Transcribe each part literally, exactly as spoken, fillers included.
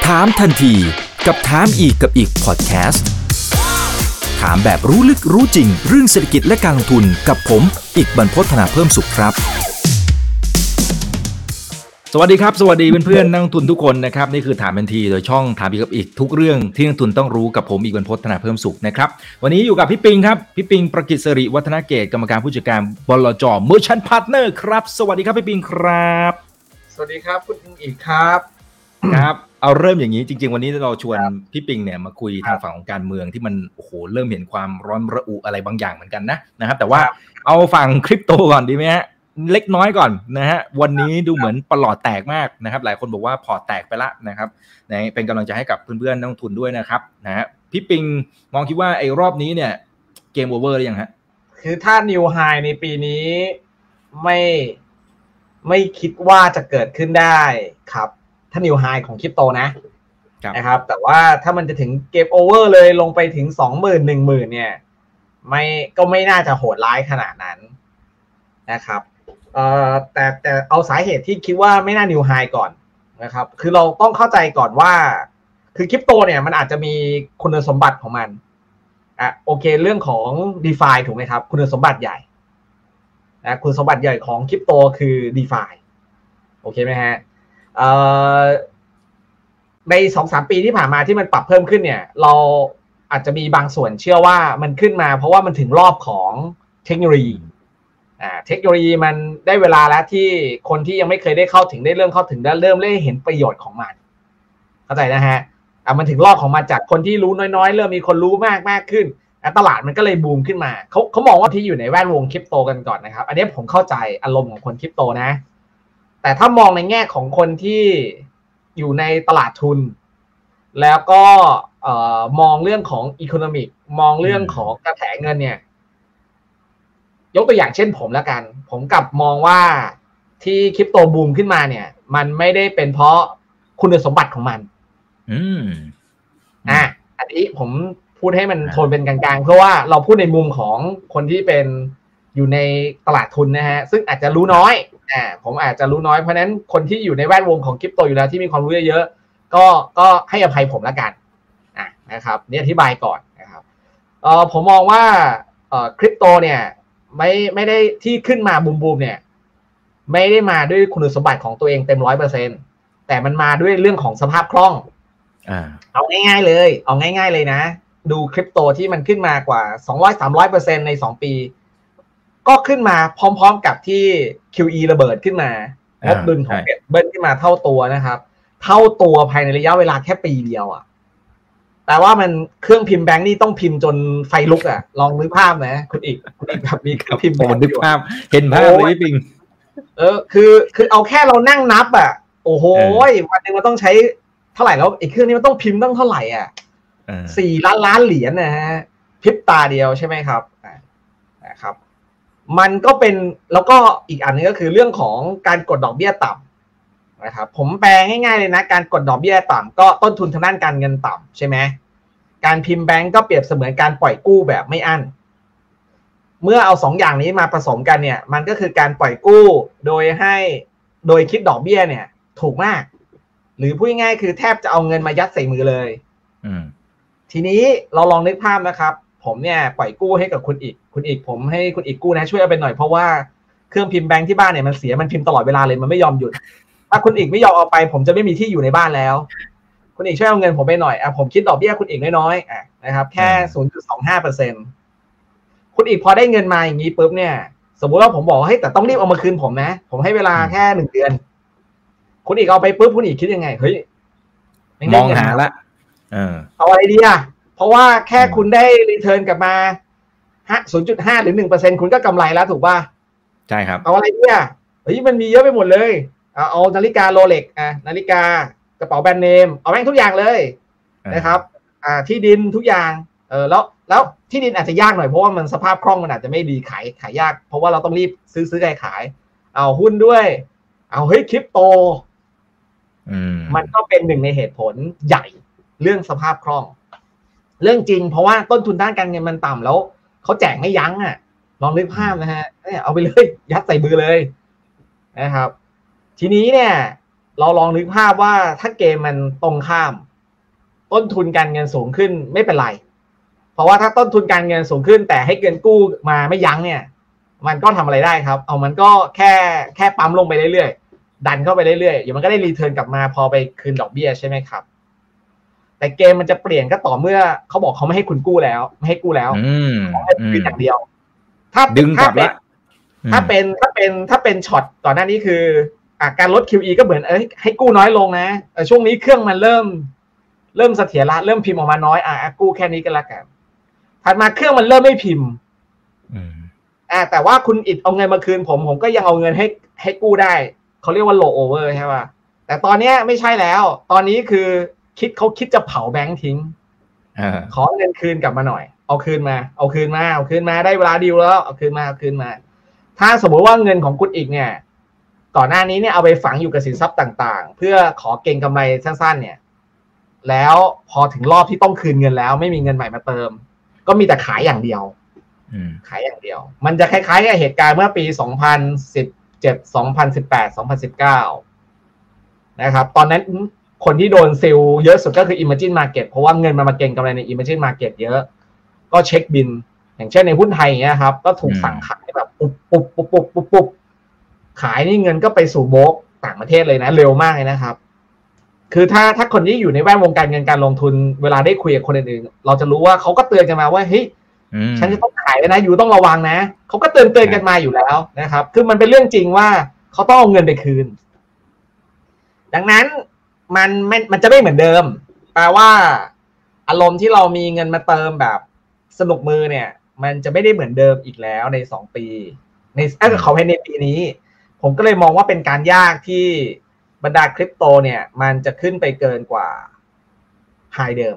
ถามทันทีกับถามอีกกับอีกพอดแคสต์ถามแบบรู้ลึกรู้จริงเรื่องเศรษฐกิจและการลงทุนกับผมอีกบรรพต ธนาเพิ่มสุขครับสวัสดีครับสวัสดีเพื่อนๆนักลงทุนทุกคนนะครับนี่คือถามทันทีโดยช่องถามอีกกับอีกทุกเรื่องที่นักลงทุนต้องรู้กับผมอีกบรรพต ธนาเพิ่มสุขนะครับวันนี้อยู่กับพี่ปิงครับพี่ปิงประกิตสิริวัฒนเกตกรรมการผู้จัดการบลจ. Merchant Partner ครับสวัสดีครับพี่ปิงครับสวัสดีครับคุณอีกครับครับเอาเริ่มอย่างนี้จริงๆวันนี้เราชวนพี่ปิงเนี่ยมาคุยทางฝั่งของการเมืองที่มันโอ้โหเริ่มเห็นความร้อนระอุอะไรบางอย่างเหมือนกันนะนะครับแต่ว่าเอาฝั่งคริปโตก่อนดีไหมฮะเล็กน้อยก่อนนะฮะวันนี้ดูเหมือนปลอดแตกมากนะครับหลายคนบอกว่าพอร์ตแตกไปละนะครับนะเป็นกำลังใจให้กับเพื่อนๆนักลงทุนด้วยนะครับนะฮะพี่ปิงมองคิดว่าไอ้รอบนี้เนี่ยเกมโอเวอร์หรือยังฮะคือถ้านิวไฮในปีนี้ไม่ไม่คิดว่าจะเกิดขึ้นได้ครับถ้านิวไฮของคริปโตนะนะครับแต่ว่าถ้ามันจะถึงเกมโอเวอร์เลยลงไปถึง สองหมื่น หนึ่งหมื่น เนี่ยไม่ก็ไม่น่าจะโหดร้ายขนาดนั้นนะครับเอ่อแต่แต่เอาสาเหตุที่คิดว่าไม่น่านิวไฮก่อนนะครับคือเราต้องเข้าใจก่อนว่าคือคริปโตเนี่ยมันอาจจะมีคุณสมบัติของมันอ่ะโอเคเรื่องของ DeFi ถูกไหมครับคุณสมบัติใหญ่นะคุณสมบัติใหญ่ของคริปโตคือ DeFi โอเคไหมฮะเอ่อใน สองถึงสาม ปีที่ผ่านมาที่มันปรับเพิ่มขึ้นเนี่ยเราอาจจะมีบางส่วนเชื่อว่ามันขึ้นมาเพราะว่ามันถึงรอบของเทคโนโลยีอ่าเทคโนโลยีมันได้เวลาแล้วที่คนที่ยังไม่เคยได้เข้าถึงได้เริ่มเข้าถึงได้เริ่มได้เห็นประโยชน์ของมันเข้าใจนะฮะอ่ะมันถึงรอบของมันจากคนที่รู้น้อยๆเริ่มมีคนรู้มากมากขึ้นตลาดมันก็เลยบูมขึ้นมาเขาเขามองว่าที่อยู่ในแวดวงคริปโตกันก่อนนะครับอันนี้ผมเข้าใจอารมณ์ของคนคริปโตนะแต่ถ้ามองในแง่ของคนที่อยู่ในตลาดทุนแล้วก็เอ่อมองเรื่องของอีโคโนมิกมองเรื่องของกระแสเงินเนี่ยยกตัวอย่างเช่นผมแล้วกันผมกลับมองว่าที่คริปโตบูมขึ้นมาเนี่ยมันไม่ได้เป็นเพราะคุณสมบัติของมันอืมอ่ะอันนี้ผมพูดให้มันโทนเป็นกลางๆเพราะว่าเราพูดในมุมของคนที่เป็นอยู่ในตลาดทุนนะฮะซึ่งอาจจะรู้น้อยอ่าผมอาจจะรู้น้อยเพราะนั้นคนที่อยู่ในแวดวงของคริปโตอยู่แล้วที่มีความรู้เยอะๆก็ก็ให้อภัยผมละกันอ่ะนะครับนี่อธิบายก่อนนะครับเอ่อผมมองว่าเอ่อคริปโตเนี่ยไม่ไม่ได้ที่ขึ้นมาบูมๆเนี่ยไม่ได้มาด้วยคุณสมบัติของตัวเองเต็ม ร้อยเปอร์เซ็นต์ แต่มันมาด้วยเรื่องของสภาพคล่องอ่าเอาง่ายๆเลยเอาง่ายๆเลยนะดูคริปโตที่มันขึ้นมากว่า สองร้อยถึงสามร้อยเปอร์เซ็นต์ ในสองปีก็ขึ้นมาพร้อมๆกับที่ คิว อี ระเบิดขึ้นมางบดุลของเบิ้ลขึ้นมาเท่าตัวนะครับเท่าตัวภายในระยะเวลาแค่ปีเดียวอ่ะแต่ว่ามันเครื่องพิมพ์แบงค์นี่ต้องพิมพ์จนไฟลุกอ่ะลองนึกภาพนะคุณอีกคุณอีกแบบมีเครื่องพิมพ์ผมนึกภาพเห็นภาพเลยพี่ปิงเออคือคือเอาแค่เรานั่งนับอ่ะโอ้โหวันนึงมันต้องใช้เท่าไหร่แล้วไอ้เครื่องนี้มันต้องพิมพ์ต้องเท่าไหร่อ่ะสี่ล้านล้านเหรียญนะฮะพริบตาเดียวใช่ไหมครับนะครับมันก็เป็นแล้วก็อีกอันนึงก็คือเรื่องของการกดดอกเบี้ยต่ำนะครับผมแปลง่ายๆเลยนะการกดดอกเบี้ยต่ำก็ต้นทุนทางด้านการเงินต่ำใช่ไหมการพิมพ์แบงก์ก็เปรียบเสมือนการปล่อยกู้แบบไม่อั้นเมื่อเอาสองอย่างนี้มาผสมกันเนี่ยมันก็คือการปล่อยกู้โดยให้โดยคิดดอกเบี้ยเนี่ยถูกมากหรือพูดง่ายๆคือแทบจะเอาเงินมายัดใส่มือเลยอืมทีนี้เราลองนึกภาพนะครับผมเนี่ยปล่อยกู้ให้กับคุณอีกคุณอีกผมให้คุณอีกกู้นะช่วยเอาไปหน่อยเพราะว่าเครื่องพิมพ์แบงค์ที่บ้านเนี่ยมันเสียมันพิมพ์ตลอดเวลาเลยมันไม่ยอมหยุดถ้าคุณอีกไม่ยอมเอาไปผมจะไม่มีที่อยู่ในบ้านแล้วคุณอีกช่วยเอาเงินผมไปหน่อยอ่ะผมคิดดอกเบี้ยคุณอีกน้อยๆอ่ะนะครับแค่ ศูนย์จุดสองห้าเปอร์เซ็นต์ คุณอีกพอได้เงินมาอย่างนี้ปุ๊บเนี่ยสมมุติว่าผมบอกเฮ้ยแต่ต้องรีบเอามาคืนผมนะผมให้เวลาแค่หนึ่งเดือนคุณอีกเอาไปปุ๊บคุณอีกคิดยังไงเฮ้ยมองหาละเออเอาอะไรดีอ่ะเพราะว่าแค่คุณได้รีเทิร์นกลับมาฮะ ศูนย์จุดห้า หรือ หนึ่งเปอร์เซ็นต์ คุณก็กำไรแล้วถูกป่ะใช่ครับเอาอะไรดีอ่ะเฮ้ยมันมีเยอะไปหมดเลยเอาเอานาฬิกาโรเล็กอ่ะนาฬิกากระเป๋าแบรนด์เนมเอาแม่งทุกอย่างเลยนะครับอ่าที่ดินทุกอย่างเออแล้วแล้วที่ดินอาจจะยากหน่อยเพราะว่ามันสภาพคล่องมันอาจจะไม่ดีขายขายยากเพราะว่าเราต้องรีบซื้อซื้อขายขายเอาหุ้นด้วยเอาเฮ้ยคริปโตมันก็เป็นหนึ่งในเหตุผลใหญ่เรื่องสภาพคล่องเรื่องจริงเพราะว่าต้นทุนด้านการเงินมันต่ำแล้วเขาแจกไม่ยั้งอ่ะลองนึกภาพนะฮะเนี่ยเอาไปเลยยัดใส่มือเลยนะครับทีนี้เนี่ยเราลองนึกภาพว่าถ้าเกมมันตรงข้ามต้นทุนการเงินสูงขึ้นไม่เป็นไรเพราะว่าถ้าต้นทุนการเงินสูงขึ้นแต่ให้เงินกู้มาไม่ยั้งเนี่ยมันก็ทำอะไรได้ครับเอามันก็แค่แค่ปั๊มลงไปเรื่อยๆดันเข้าไปเรื่อยๆเดี๋ยวมันก็ได้รีเทิร์นกลับมาพอไปคืนดอกเบี้ยใช่ไหมครับแต่เกมมันจะเปลี่ยนก็ต่อเมื่อเขาบอกเขาไม่ให้คุณกู้แล้วไม่ให้กู้แล้วเขาให้คืนอย่างเดียวถ้าดึงกลับละถ้าเป็นถ้าเป็นถ้าเป็นช็อตก่อนหน้านี้คืออ่ะการลด คิว อี ก็เหมือนเอ้ยให้กู้น้อยลงนะแต่ช่วงนี้เครื่องมันเริ่มเริ่มเสถียรละเริ่มพิมพ์ออกมาน้อยอ่ะกู้แค่นี้ก็แล้วกันถัดมาเครื่องมันเริ่มไม่พิมพ์อ่าแต่ว่าคุณอิดเอาเงินมาคืนผมผมก็ยังเอาเงินให้ให้กู้ได้เขาเรียกว่า low over ใช่ป่ะแต่ตอนนี้ไม่ใช่แล้วตอนนี้คือคิดเขาคิดจะเผาแบงค์ทิ้งขอเงินคืนกลับมาหน่อยเอาคืนมาเอาคืนมาเอาคืนมาได้เวลาดีลแล้วเอาคืนมาเอาคืนมาถ้าสมมติว่าเงินของคุณอีกเนี่ยก่อนหน้านี้เนี่ยเอาไปฝังอยู่กับสินทรัพย์ต่างๆเพื่อขอเก็งกำไรสั้นๆเนี่ยแล้วพอถึงรอบที่ต้องคืนเงินแล้วไม่มีเงินใหม่มาเติมก็มีแต่ขายอย่างเดียวขายอย่างเดียวมันจะคล้ายๆกับเหตุการณ์เมื่อปีสองพันสิบเจ็ด สองพันสิบแปด สองพันสิบเก้านะครับตอนนั้นคนที่โดนซิลเยอะสุดก็คือ Emerging Market เพราะว่าเงินมันมาเก็งกำไรใน Emerging Market เยอะก็เช็คบินอย่างเช่นในหุ้นไทยอย่างเงี้ยครับก็ถูกสั่งขายแบบปุ๊บปุ๊บปุ๊บปุ๊บปุ๊บปุ๊บขายนี่เงินก็ไปสู่โบกต่างประเทศเลยนะเร็วมากเลยนะครับคือถ้าถ้าคนที่อยู่ในแวดวงการเงินการลงทุนเวลาได้คุยกับคนอื่นๆเราจะรู้ว่าเขาก็เตือนกันมาว่าเฮ้ยฉันจะต้องขายแล้วนะอยู่ต้องระวังนะเขาก็เตือนเตือนกันมาอยู่แล้วนะครับคือมันเป็นเรื่องจริงว่าเขาต้องเอาเงินไปคืนดังนั้นมันไม่มันจะไม่เหมือนเดิมแปลว่าอารมณ์ที่เรามีเงินมาเติมแบบสนุกมือเนี่ยมันจะไม่ได้เหมือนเดิมอีกแล้วในสองปีในเออเขาให้ในปีนี้ผมก็เลยมองว่าเป็นการยากที่บรรดาคริปโตเนี่ยมันจะขึ้นไปเกินกว่าไฮเดิม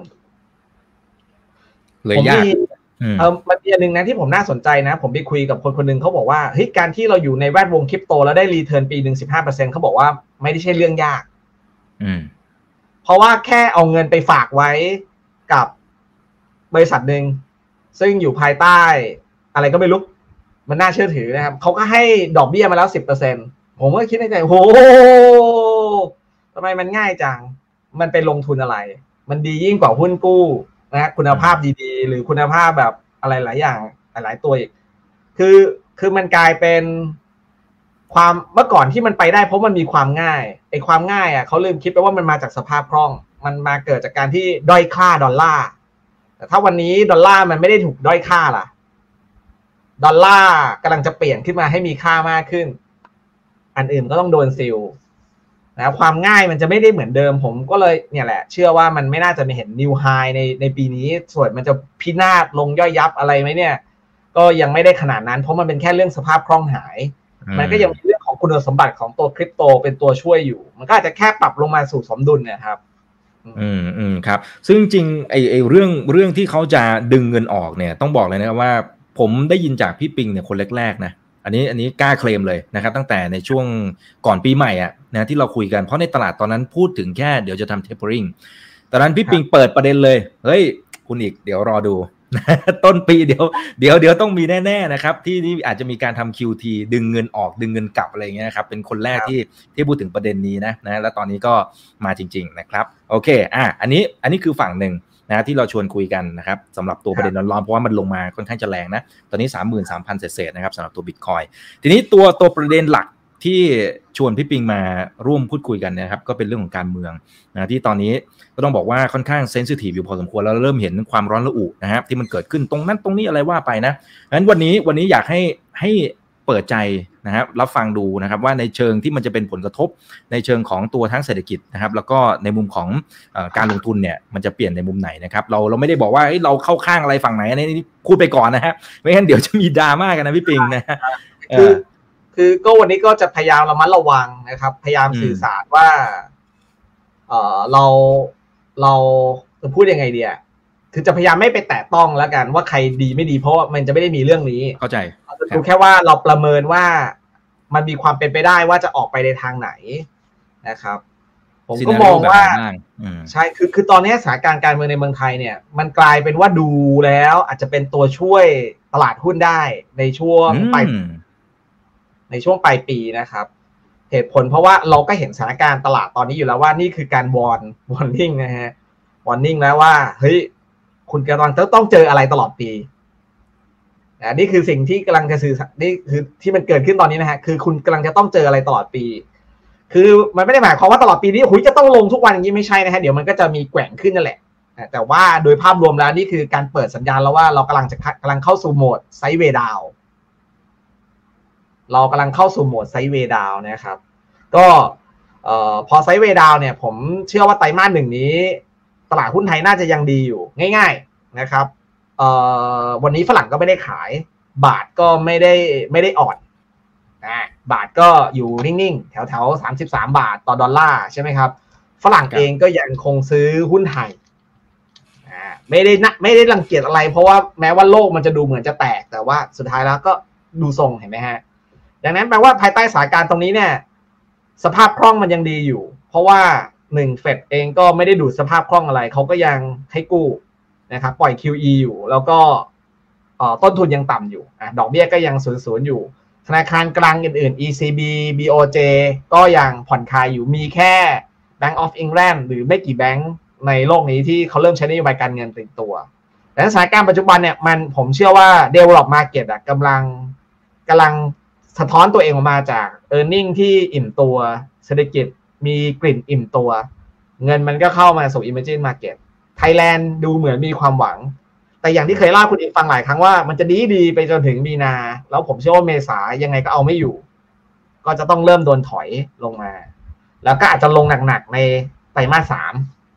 เลยยากเออมันมีอันนึงนะที่ผมน่าสนใจนะผมไปคุยกับคนคนนึงเขาบอกว่าเฮ้ยการที่เราอยู่ในแวดวงคริปโตแล้วได้รีเทิร์นปีหนึ่ง สิบห้าเปอร์เซ็นต์เขาบอกว่าไม่ได้ใช่เรื่องยากเพราะว่าแค่เอาเงินไปฝากไว้กับบริษัทหนึ่งซึ่งอยู่ภายใต้อะไรก็ไม่รู้มันน่าเชื่อถือนะครับเขาก็ให้ดอกเบี้ยมาแล้ว สิบเปอร์เซ็นต์ ผมก็คิดในใจโหทำไมมันง่ายจังมันไปลงทุนอะไรมันดียิ่งกว่าหุ้นกู้นะคุณภาพดีๆหรือคุณภาพแบบอะไรหลายอย่างหลายๆตัวอีกคือคือมันกลายเป็นความเมื่อก่อนที่มันไปได้เพราะมันมีความง่ายไอ้ความง่ายอ่ะเขาลืมคิดไปว่ามันมาจากสภาพคล่องมันมาเกิดจากการที่ด้อยค่าดอลลาร์แต่ถ้าวันนี้ดอลลาร์มันไม่ได้ถูกด้อยค่าล่ะดอลลาร์กำลังจะเปลี่ยนขึ้นมาให้มีค่ามากขึ้นอันอื่นก็ต้องโดนซิลนะความง่ายมันจะไม่ได้เหมือนเดิมผมก็เลยเนี่ยแหละเชื่อว่ามันไม่น่าจะมีเห็นนิวไฮในในปีนี้ส่วนมันจะพินาศลงย่อยยับอะไรไหมเนี่ยก็ยังไม่ได้ขนาดนั้นเพราะมันเป็นแค่เรื่องสภาพคล่องหายมันก็ยังมีเรื่องของคุณสมบัติของตัวคริปโตเป็นตัวช่วยอยู่มันก็อาจจะแค่ปรับลงมาสู่สมดุลเนี่ยครับอืมอืมครับซึ่งจริงไอไอเรื่องเรื่องที่เขาจะดึงเงินออกเนี่ยต้องบอกเลยนะครับว่าผมได้ยินจากพี่ปิงเนี่ยคนแรกๆนะอันนี้อันนี้กล้าเคลมเลยนะครับตั้งแต่ในช่วงก่อนปีใหม่อ่ะนะที่เราคุยกันเพราะในตลาดตอนนั้นพูดถึงแค่เดี๋ยวจะทำ tapering ตอนนั้นพี่ปิงเปิดประเด็นเลยเฮ้ยคุณอีกเดี๋ยวรอดูต้นปีเดี๋ยวเดี๋ยวเดี๋ยวต้องมีแน่ๆนะครับที่นี่อาจจะมีการทำ คิว ที ดึงเงินออกดึงเงินกลับอะไรเงี้ยครับเป็นคนแรกที่ที่พูดถึงประเด็นนี้นะนะแล้วตอนนี้ก็มาจริงๆนะครับโอเคอ่ะอันนี้อันนี้คือฝั่งหนึ่งนะที่เราชวนคุยกันนะครับสำหรับตัวประเด็นร้อนๆเพราะว่ามันลงมาค่อนข้างจะแรงนะตอนนี้ สามหมื่นสามพัน เศษๆนะครับสำหรับตัว Bitcoin ทีนี้ตัวตัวประเด็นหลักที่ชวนพี่ปิงมาร่วมพูดคุยกันนะครับก็เป็นเรื่องของการเมืองนะที่ตอนนี้ก็ต้องบอกว่าค่อนข้างเซนซิทีฟอยู่พอสมควรแล้วเริ่มเห็นความร้อนระอุนะครับที่มันเกิดขึ้นตรงนั้นตรงนี้อะไรว่าไปนะงั้นวันนี้วันนี้อยากให้ให้เปิดใจนะครับรับฟังดูนะครับว่าในเชิงที่มันจะเป็นผลกระทบในเชิงของตัวทั้งเศรษฐกิจนะครับแล้วก็ในมุมของเอ่อการลงทุนเนี่ยมันจะเปลี่ยนในมุมไหนนะครับเราเราไม่ได้บอกว่าเราเข้าข้างอะไรฝั่งไหนอันนี้พูดไปก่อนนะฮะไม่งั้นเดี๋ยวจะมีดราม่ากันนะพี่ปิงนะคือคือก็วันนี้ก็จะพยายามระมัดระวังนะครับพยายามสื่อสารว่าเออเราเราจะพูดยังไงดีอ่ะคือจะพยายามไม่ไปแตะต้องแล้วกันว่าใครดีไม่ดีเพราะว่ามันจะไม่ได้มีเรื่องนี้เข้าใจดูแค่ว่าเราประเมินว่ามันมีความเป็นไปได้ว่าจะออกไปในทางไหนนะครับผมก็มองว่าใช่คือคือตอนนี้สถานการณ์การเมืองในเมืองไทยเนี่ยมันกลายเป็นว่าดูแล้วอาจจะเป็นตัวช่วยตลาดหุ้นได้ในช่วงปลายในช่วงปลายปีนะครับเหตุผลเพราะว่าเราก็เห็นสถานการณ์ตลาดตอนนี้อยู่แล้วว่านี่คือการวอร์นวอร์นิ่งนะฮะวอร์นิ่งแล้วว่าเฮ้ยคุณกำลังต้องเจออะไรตลอดปีนะนี่คือสิ่งที่กำลังจะสื่อนี่คือที่มันเกิดขึ้นตอนนี้นะฮะคือคุณกำลังจะต้องเจออะไรตลอดปีคือมันไม่ได้หมายความว่าตลอดปีนี้หุยจะต้องลงทุกวันอย่างนี้ไม่ใช่นะฮะเดี๋ยวมันก็จะมีแกว่งขึ้นนั่นแหละแต่ว่าโดยภาพรวมแล้วนี่คือการเปิดสัญญาณแล้วว่าเรากำลังจะกำลังเข้าสู่โหมดไซด์เวย์ดาวน์เรากำลังเข้าสู่โหมดไซด์เวย์ดาวน์นะครับก็เอ่อพอไซด์เวย์ดาวน์เนี่ยผมเชื่อว่าไตรมาสหนึ่งนี้ตลาดหุ้นไทยน่าจะยังดีอยู่ง่ายๆนะครับเอ่อวันนี้ฝรั่งก็ไม่ได้ขายบาทก็ไม่ได้ไม่ได้อ่อนนะบาทก็อยู่นิ่งๆแถวๆสามสิบสามบาทต่อดอลลาร์ใช่ไหมครับฝรั่งเองก็ยังคงซื้อหุ้นไทยอ่าไม่ได้นะไม่ได้รังเกียจอะไรเพราะว่าแม้ว่าโลกมันจะดูเหมือนจะแตกแต่ว่าสุดท้ายแล้วก็ดูทรงเห็นไหมฮะดังนั้นแปลว่าภายใต้สถานการณ์ตรงนี้เนี่ยสภาพคล่องมันยังดีอยู่เพราะว่าหนึ่งเฟดเองก็ไม่ได้ดูดสภาพคล่องอะไรเขาก็ยังให้กู้นะครับปล่อย คิว อี อยู่แล้วก็ต้นทุนยังต่ำอยู่ดอกเบี้ยก็ยังศูนย์อยู่ธนาคารกลางอื่นๆ อี ซี บี บี โอ เจ ก็ยังผ่อนคลายอยู่มีแค่ Bank of England หรือไม่กี่แบงก์ในโลกนี้ที่เขาเริ่มใช้นโยบายการเงินติดตัวแต่สถานการณ์ปัจจุบันเนี่ยมันผมเชื่อว่า develop market อ่ะกำลังกำลังสะท้อนตัวเองออกมาจาก earning ที่อิ่มตัวเศรษฐกิจมีกลิ่นอิ่มตัวเงินมันก็เข้ามาสู่ emerging market Thailand ดูเหมือนมีความหวังแต่อย่างที่เคยเล่าคุณอีกฟังหลายครั้งว่ามันจะดีดีไปจนถึงมีนาแล้วผมเชื่อว่าเมษายังไงก็เอาไม่อยู่ก็จะต้องเริ่มโดนถอยลงมาแล้วก็อาจจะลงหนักๆในไตรมาสสาม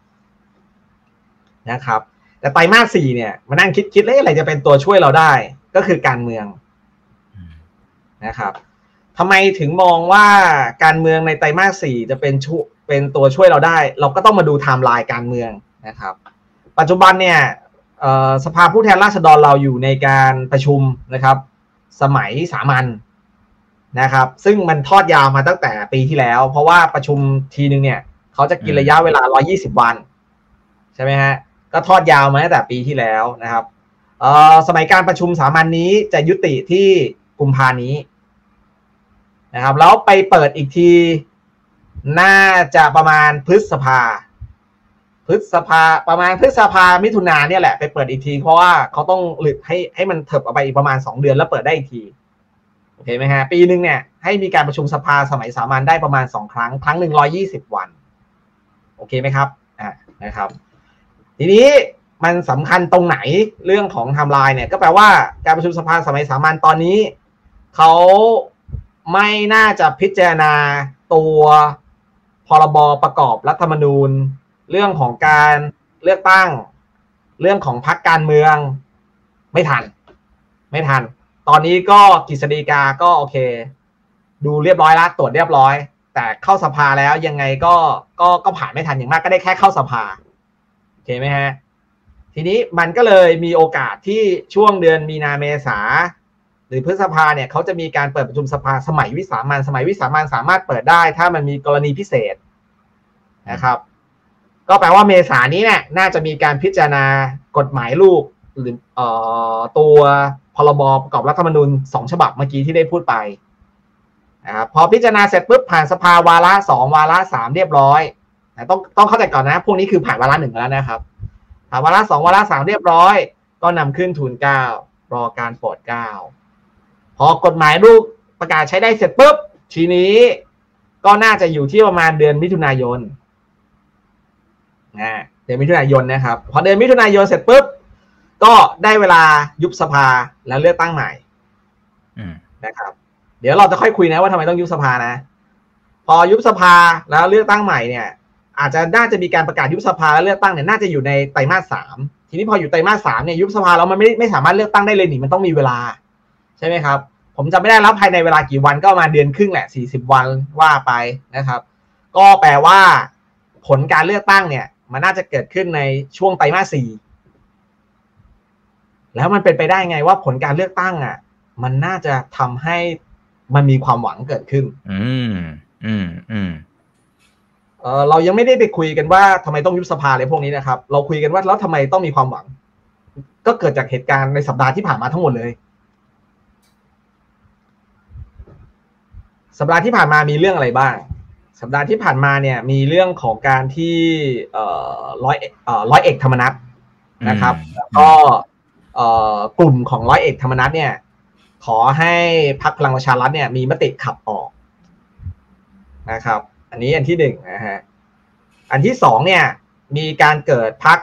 นะครับแต่ไตรมาสสี่เนี่ยมานั่งคิดๆแล้วอะไรจะเป็นตัวช่วยเราได้ก็คือการเมืองนะครับทำไมถึงมองว่าการเมืองในไตรมาสสี่จะเป็นช่วยเป็นตัวช่วยเราได้เราก็ต้องมาดูไทม์ไลน์การเมืองนะครับปัจจุบันเนี่ยสภาผู้แทนราษฎรเราอยู่ในการประชุมนะครับสมัยสามัญนะครับซึ่งมันทอดยาวมาตั้งแต่ปีที่แล้วเพราะว่าประชุมทีนึงเนี่ยเขาจะกินระยะเวลาหนึ่งร้อยยี่สิบวันใช่ไหมฮะก็ทอดยาวมาตั้งแต่ปีที่แล้วนะครับสมัยการประชุมสามัญ น, นี้จะยุติที่กุมภานี้นะครับแล้วไปเปิดอีกทีน่าจะประมาณพฤษภาพฤษภาประมาณพฤษภามิถุนาเนี่ยแหละไปเปิดอีกทีเพราะว่าเขาต้องหลุดให้ให้มันเถิบออกไปอีกประมาณสองเดือนแล้วเปิดได้อีกทีโอเคไหมฮะปีนึงเนี่ยให้มีการประชุมสภาสมัยสามัญได้ประมาณสองครั้งครั้งหนึ่งร้อยยี่สิบวันโอเคไหมครับอ่านะครับทีนี้มันสำคัญตรงไหนเรื่องของไทม์ไลน์เนี่ยก็แปลว่าการประชุมสภาสมัยสามัญตอนนี้เขาไม่น่าจะพิจารณาตัวพรบประกอบรัฐธรรมนูญเรื่องของการเลือกตั้งเรื่องของพรรคการเมืองไม่ทันไม่ทันตอนนี้ก็กฤษฎีกาก็โอเคดูเรียบร้อยแล้วตรวจเรียบร้อยแต่เข้าสภาแล้วยังไงก็ก็ก็ผ่านไม่ทันอย่างมากก็ได้แค่เข้าสภาโอเคไหมฮะทีนี้มันก็เลยมีโอกาสที่ช่วงเดือนมีนาเมษาหรือพฤษภาเนี่ยเขาจะมีการเปิดประชุมสภาสมัยวิสามัญสมัยวิสามัญสามารถเปิดได้ถ้ามันมีกรณีพิเศษนะครับก็แปลว่าเมษานี้เนี่ยน่าจะมีการพิจารณากฎหมายลูกหรือเอ่อตัวพรบประกอบรัฐธรรมนูญสองฉบับเมื่อกี้ที่ได้พูดไปนะครับพอพิจารณาเสร็จปุ๊บผ่านสภาวาระสองวาระสามเรียบร้อยนะต้องต้องเข้าใจก่อนนะพวกนี้คือผ่านวาระหนึ่งแล้วนะครับผ่านวาระสองวาระสามเรียบร้อยก็นำขึ้นทูลเกล้ารอการโปรดเกล้าพอกฎหมายลูกประกาศใช้ได้เสร็จปุ๊บทีนี้ก็น่าจะอยู่ที่ประมาณเดือนมิถุนายนนะเดือนมิถุนายนนะครับพอเดือนมิถุนายนเสร็จปุ๊บก็ได้เวลายุบสภาแล้วเลือกตั้งใหม่นะครับเดี๋ยวเราจะค่อยคุยนะว่าทำไมต้องยุบสภานะพอยุบสภาแล้วเลือกตั้งใหม่เนี่ยอาจจะน่าจะมีการประกาศยุบสภาแล้วเลือกตั้งเนี่ยน่าจะอยู่ในไตรมาสสามทีนี้พออยู่ไตรมาสสามเนี่ยยุบสภาแล้วมันไม่ไม่สามารถเลือกตั้งได้เลยนี่มันต้องมีเวลาใช่ไหมครับผมจำไม่ได้แล้วภายในเวลากี่วันก็ประมาณเดือนครึ่งแหละสี่สิบวันว่าไปนะครับก็แปลว่าผลการเลือกตั้งเนี่ยมันน่าจะเกิดขึ้นในช่วงไตรมาสสี่แล้วมันเป็นไปได้ไงว่าผลการเลือกตั้งอ่ะมันน่าจะทำให้มันมีความหวังเกิดขึ้นอืมอืมอืมเออเรายังไม่ได้ไปคุยกันว่าทำไมต้องยุบสภาอะไรพวกนี้นะครับเราคุยกันว่าแล้วทำไมต้องมีความหวังก็เกิดจากเหตุการณ์ในสัปดาห์ที่ผ่านมาทั้งหมดเลยสัปดาห์ที่ผ่านมามีเรื่องอะไรบ้างสัปดาห์ที่ผ่านมาเนี่ยมีเรื่องของการที่เอ่อร้อยเอ่อร้อยเอกธรรมนัสนะครับแล้วก็เอ่อกลุ่มของร้อยเอกธรรมนัสเนี่ยขอให้พรรคพลังประชารัฐเนี่ยมีมติขับออกนะครับอันนี้อันที่หนึ่งนะฮะอันที่สองเนี่ยมีการเกิดพรรค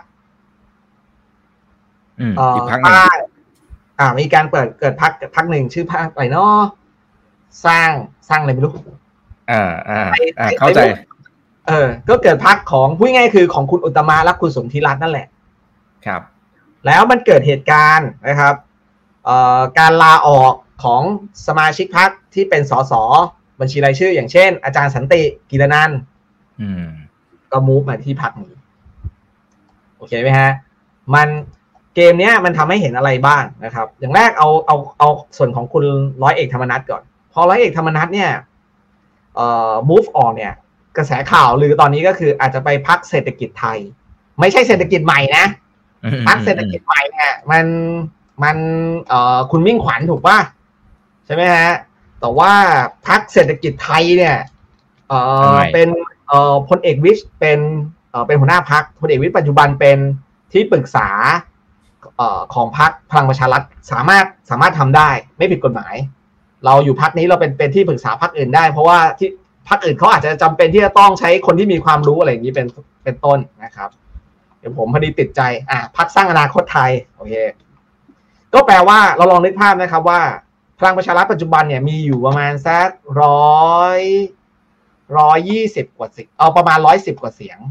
เอ่อพรรคหนึ่งอ่ามีการเปิดเกิดพรรคพรรคหนึ่งชื่อพรรคอะไรเนาะสร้างสร้างอะไรไม่รู้อ่าอ่าอ่าเข้าใจเออก็เกิดพรรคของพูดง่ายคือของคุณอุตตมะและคุณสนธิรัตน์นั่นแหละครับแล้วมันเกิดเหตุการณ์นะครับเอ่อการลาออกของสมาชิกพรรคที่เป็นสสบัญชีรายชื่ออย่างเช่นอาจารย์สันติกิรนันท์อืมก็มูฟมาที่พรรคนี้โอเคไหมฮะมันเกมเนี้ยมันทำให้เห็นอะไรบ้างนะครับอย่างแรกเอาเอาเอาส่วนของคุณร้อยเอกธรรมนัสก่อนพอร้อยเอกธรรมนัสเนี่ยเอ่อ move ออกเนี่ยกระแสข่าวหรือตอนนี้ก็คืออาจจะไปพรรคเศรษฐกิจไทยไม่ใช่เศรษฐกิจใหม่นะพรรคเศรษฐกิจใหม่เนี่ยมันมันเอ่อคุณมิ่งขวัญถูกป่ะใช่ไหมฮะแต่ว่าพรรคเศรษฐกิจไทยเนี่ยเอ่อเป็นเอ่อพลเอกวิชเป็นเอ่อเป็นหัวหน้าพรรคพลเอกวิชปัจจุบันเป็นที่ปรึกษาเอ่อของพรรคพลังประชารัฐสามารถสามารถทำได้ไม่ผิดกฎหมายเราอยู่พรรคนี้เราเป็นเป็นที่ปรึกษาพรรคอื่นได้เพราะว่าที่พรรคอื่นเขาอาจจะจำเป็นที่จะต้องใช้คนที่มีความรู้อะไรอย่างนี้เป็นเป็นต้นนะครับเดี๋ยวผมพอดีติดใจอ่ะพรรคสร้างอนาคตไทยโอเคก็แปลว่าเราลองนึกภาพนะครับว่าพลังประชารัฐปัจจุบันเนี่ยมีอยู่ประมาณสักร้อยร้อยยี่สิบกว่าเสียงเอาประมาณร้อยสิบกว่าเสียง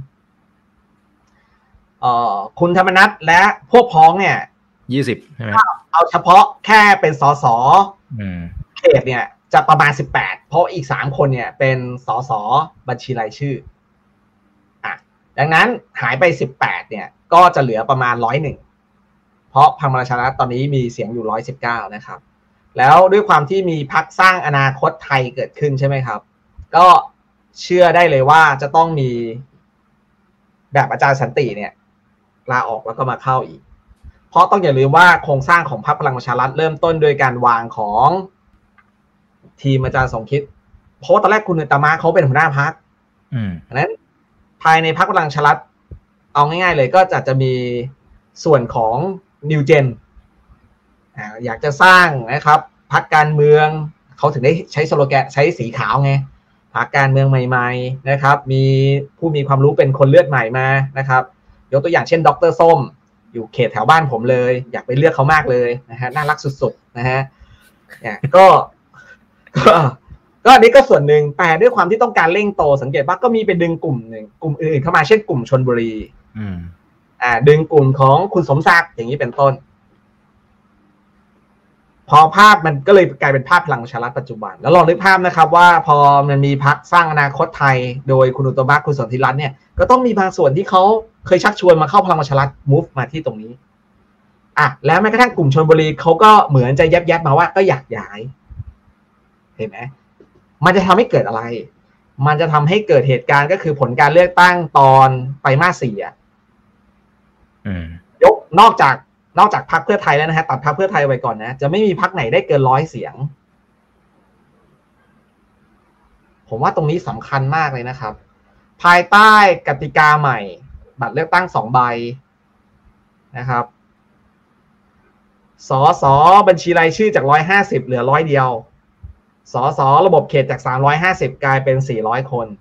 เอ่อคุณธรรมนัสและพวกพ้องเนี่ยยี่สิบใช่ไหมเอาเฉพาะแค่เป็นสสเขตเนี่ยจะประมาณสิบแปดเพราะอีกสามคนเนี่ยเป็นสสบัญชีรายชื่ออ่ะดังนั้นหายไปสิบแปดเนี่ยก็จะเหลือประมาณร้อยหนึ่งเพราะพลังประชารัฐตอนนี้มีเสียงอยู่ร้อยสิบเก้านะครับแล้วด้วยความที่มีพรรคสร้างอนาคตไทยเกิดขึ้นใช่ไหมครับก็เชื่อได้เลยว่าจะต้องมีแบบอาจารย์สันติเนี่ยลาออกแล้วก็มาเข้าอีกเพราะต้องอย่าลืมว่าโครงสร้างของพรรคพลังประชารัฐเริ่มต้นโดยการวางของทีมอาจารย์สมคิดเพราะตอนแรกคุณอุตตมะเขาเป็นหัวหน้าพรรคดังนั้นภายในพรรคพลังประชารัฐเอาง่ายๆเลยก็จะจะมีส่วนของนิวเจนอยากจะสร้างนะครับพรรคการเมืองเขาถึงได้ใช้สโลแกนใช้สีขาวไงพรรคการเมืองใหม่ๆนะครับมีผู้มีความรู้เป็นคนเลือดใหม่มานะครับยกตัวอย่างเช่นดร.ส้มอยู่เขตแถวบ้านผมเลยอยากไปเลือกเขามากเลยนะฮะน่ารักสุดๆนะฮะเนี่ยก็ก็ก็อันนี้ก็ส่วนหนึ่งแต่ด้วยความที่ต้องการเร่งโตสังเกตว่าก็มีไปดึงกลุ่มหนึ่งกลุ่มอื่นเข้ามาเช่นกลุ่มชลบุรีอืมอ่าดึงกลุ่มของคุณสมศักดิ์อย่างนี้เป็นต้นพอภาพมันก็เลยกลายเป็นภาพพลังประชารัฐปัจจุบันแล้วลองนึกภาพนะครับว่าพอมันมีพรรคสร้างอนาคตไทยโดยคุณอุตตมะคุณสนธิรัตน์เนี่ยก็ต้องมีบางส่วนที่เขาเคยชักชวนมาเข้าพลังประชารัฐ move มาที่ตรงนี้อ่ะแล้วแม้กระทั่งกลุ่มชลบุรีเขาก็เหมือนจะแยบๆมาว่าก็อยากย้ายเห็นไหมมันจะทำให้เกิดอะไรมันจะทำให้เกิดเหตุการณ์ก็คือผลการเลือกตั้งตอนไตรมาสสี่อ่ะยกนอกจากนอกจากพรรคเพื่อไทยแล้วนะฮะตัดพรรคเพื่อไทยไว้ก่อนนะจะไม่มีพรรคไหนได้เกินร้อยเสียงผมว่าตรงนี้สำคัญมากเลยนะครับภายใต้กติกาใหม่บัตรเลือกตั้งสองใบนะครับสสบัญชีรายชื่อจากหนึ่งร้อยห้าสิบเหลือร้อยเดียวสสระบบเขตจากสามร้อยห้าสิบกลายเป็นสี่ร้อยคน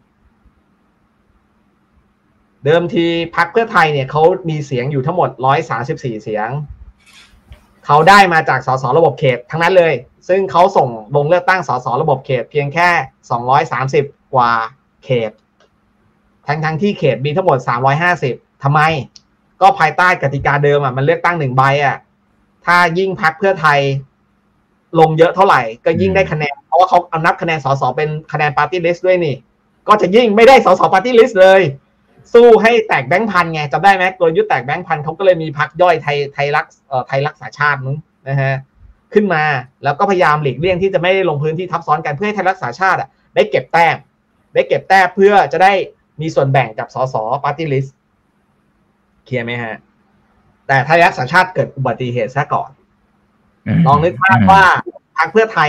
เดิมทีพรรคเพื่อไทยเนี่ยเขามีเสียงอยู่ทั้งหมดหนึ่งร้อยสามสิบสี่เสียงเขาได้มาจากสสระบบเขตทั้งนั้นเลยซึ่งเขาส่งลงเลือกตั้งสสระบบเขตเพียงแค่สองร้อยสามสิบกว่าเขตทั้งทั้งที่เขตมีทั้งหมดสามร้อยห้าสิบทำไมก็ภายใต้กติกาเดิมอ่ะมันเลือกตั้งหนึ่งใบอ่ะถ้ายิ่งพรรคเพื่อไทยลงเยอะเท่าไหร่ก็ยิ่งได้คะแนนเพราะว่าเขาเอานับคะแนนสสเป็นคะแนนปาร์ตี้ลิสต์ด้วยนี่ก็จะยิ่งไม่ได้สสปาร์ตี้ลิสต์เลยสู้ให้แตกแบงค์พันไงจำได้ไหมกลยุทธ์แตกแบงค์พันเขาก็เลยมีพรรคย่อยไทยไทยรักเอ่อไทยรักษาชาติมั้งนะฮะขึ้นมาแล้วก็พยายามหลีกเลี่ยงที่จะไม่ได้ลงพื้นที่ทับซ้อนกันเพื่อให้ไทยรักษาชาติอ่ะได้เก็บแต้มได้เก็บแต้มเพื่อจะได้มีส่วนแบ่งกับสสปาร์ตี้ลิสต์เคลียร์ไหมฮะแต่ไทยรักษาชาติเกิดอุบัติเหตุซะก่อนลองนึกภาพว่าพรรคเพื่อไทยเนี่ย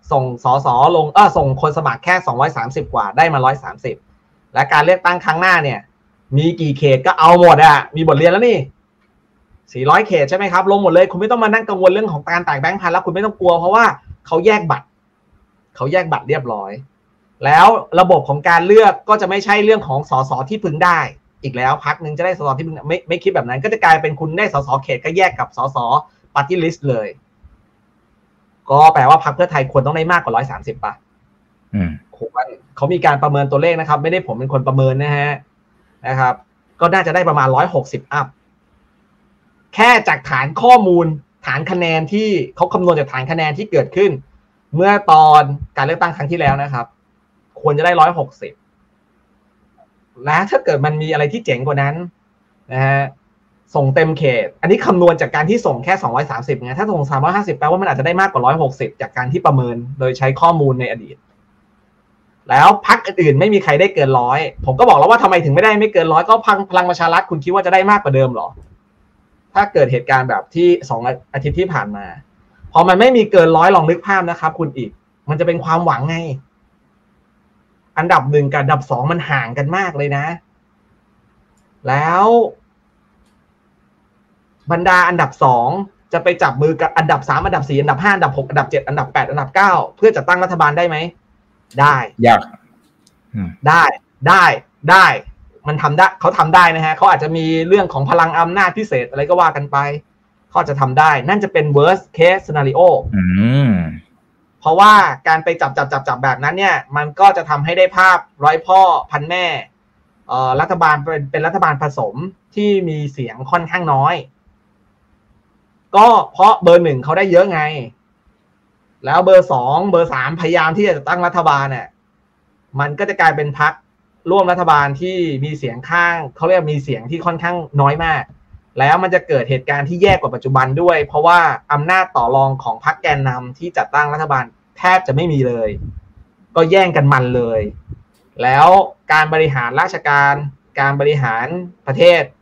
ส่งสสลงเออส่งคนสมัครแค่สองร้อยสามสิบกว่าได้มาหนึ่งร้อยสามสิบและการเลือกตั้งครั้งหน้าเนี่ยมีกี่เขตก็เอาหมดอ่ะมีบทเรียนแล้วนี่สี่ร้อยเขตใช่ไหมครับลงหมดเลยคุณไม่ต้องมานั่งกังวลเรื่องของการแตกแบงค์พันแล้วคุณไม่ต้องกลัวเพราะว่าเขาแยกบัตรเขาแยกบัตรเรียบร้อยแล้วระบบของการเลือกก็จะไม่ใช่เรื่องของสสที่พึงได้อีกแล้วพรรคนึงจะได้สสที่พึงไม่ไม่คิดแบบนั้นก็จะกลายเป็นคุณได้สสเขตก็แยกกับสสปาร์ตี้ลิสต์เลยก็แปลว่าพรรคเพื่อไทยควรต้องได้มากกว่าหนึ่งร้อยสามสิบป่ะอืมเขามีการประเมินตัวเลขนะครับไม่ได้ผมเป็นคนประเมินนะฮะนะครับก็น่าจะได้ประมาณหนึ่งร้อยหกสิบอัพแค่จากฐานข้อมูลฐานคะแนนที่เขาคำนวณจากฐานคะแนนที่เกิดขึ้นเมื่อตอนการเลือกตั้งครั้งที่แล้วนะครับควรจะได้หนึ่งร้อยหกสิบและถ้าเกิดมันมีอะไรที่เจ๋งกว่านั้นนะฮะส่งเต็มเขตอันนี้คำนวณจากการที่ส่งแค่สองร้อยสามสิบไงถ้าส่งสามร้อยห้าสิบแปลว่ามันอาจจะได้มากกว่าหนึ่งร้อยหกสิบจากการที่ประเมินโดยใช้ข้อมูลในอดีตแล้วพรรคอื่นๆไม่มีใครได้เกินร้อยผมก็บอกแล้วว่าทำไมถึงไม่ได้ไม่เกินร้อยก็พลังประชารัฐคุณคิดว่าจะได้มากกว่าเดิมหรอถ้าเกิดเหตุการณ์แบบที่สองอาทิตย์ที่ผ่านมาพอมันไม่มีเกินร้อยลองนึกภาพนะครับคุณอีกมันจะเป็นความหวังไงอันดับหนึ่งกับอันดับสองมันห่างกันมากเลยนะแล้วบรรดาอันดับสองจะไปจับมือกับอันดับสามอันดับสี่อันดับห้าอันดับหกอันดับเจ็ดอันดับแปดอันดับเก้าเพื่อจัดตั้งรัฐบาลได้ไหมได้ยากได้ได้ได้มันทำได้เขาทำได้นะฮะเขาอาจจะมีเรื่องของพลังอำนาจพิเศษอะไรก็ว่ากันไปเขาจะทำได้นั่นจะเป็น worst case scenario อืมเพราะว่าการไปจับจับจับจับแบบนั้นเนี่ยมันก็จะทำให้ได้ภาพร้อยพ่อพันแม่เอ่อรัฐบาลเป็นเป็นรัฐบาลผสมที่มีเสียงค่อนข้างน้อยก็เพราะเบอร์หนึ่งเขาได้เยอะไงแล้วเบอร์สองเบอร์สามพยายามที่จะตั้งรัฐบาลเนี่ยมันก็จะกลายเป็นพรรคร่วมรัฐบาลที่มีเสียงข้างเขาเรียกมีเสียงที่ค่อนข้างน้อยมากแล้วมันจะเกิดเหตุการณ์ที่แย่กว่าปัจจุบันด้วยเพราะว่าอำนาจต่อรองของพรรคแกนนำที่จัดตั้งรัฐบาลแทบจะไม่มีเลยก็แย่งกันมันเลยแล้วการบริหารราชการการบริหารประเทศ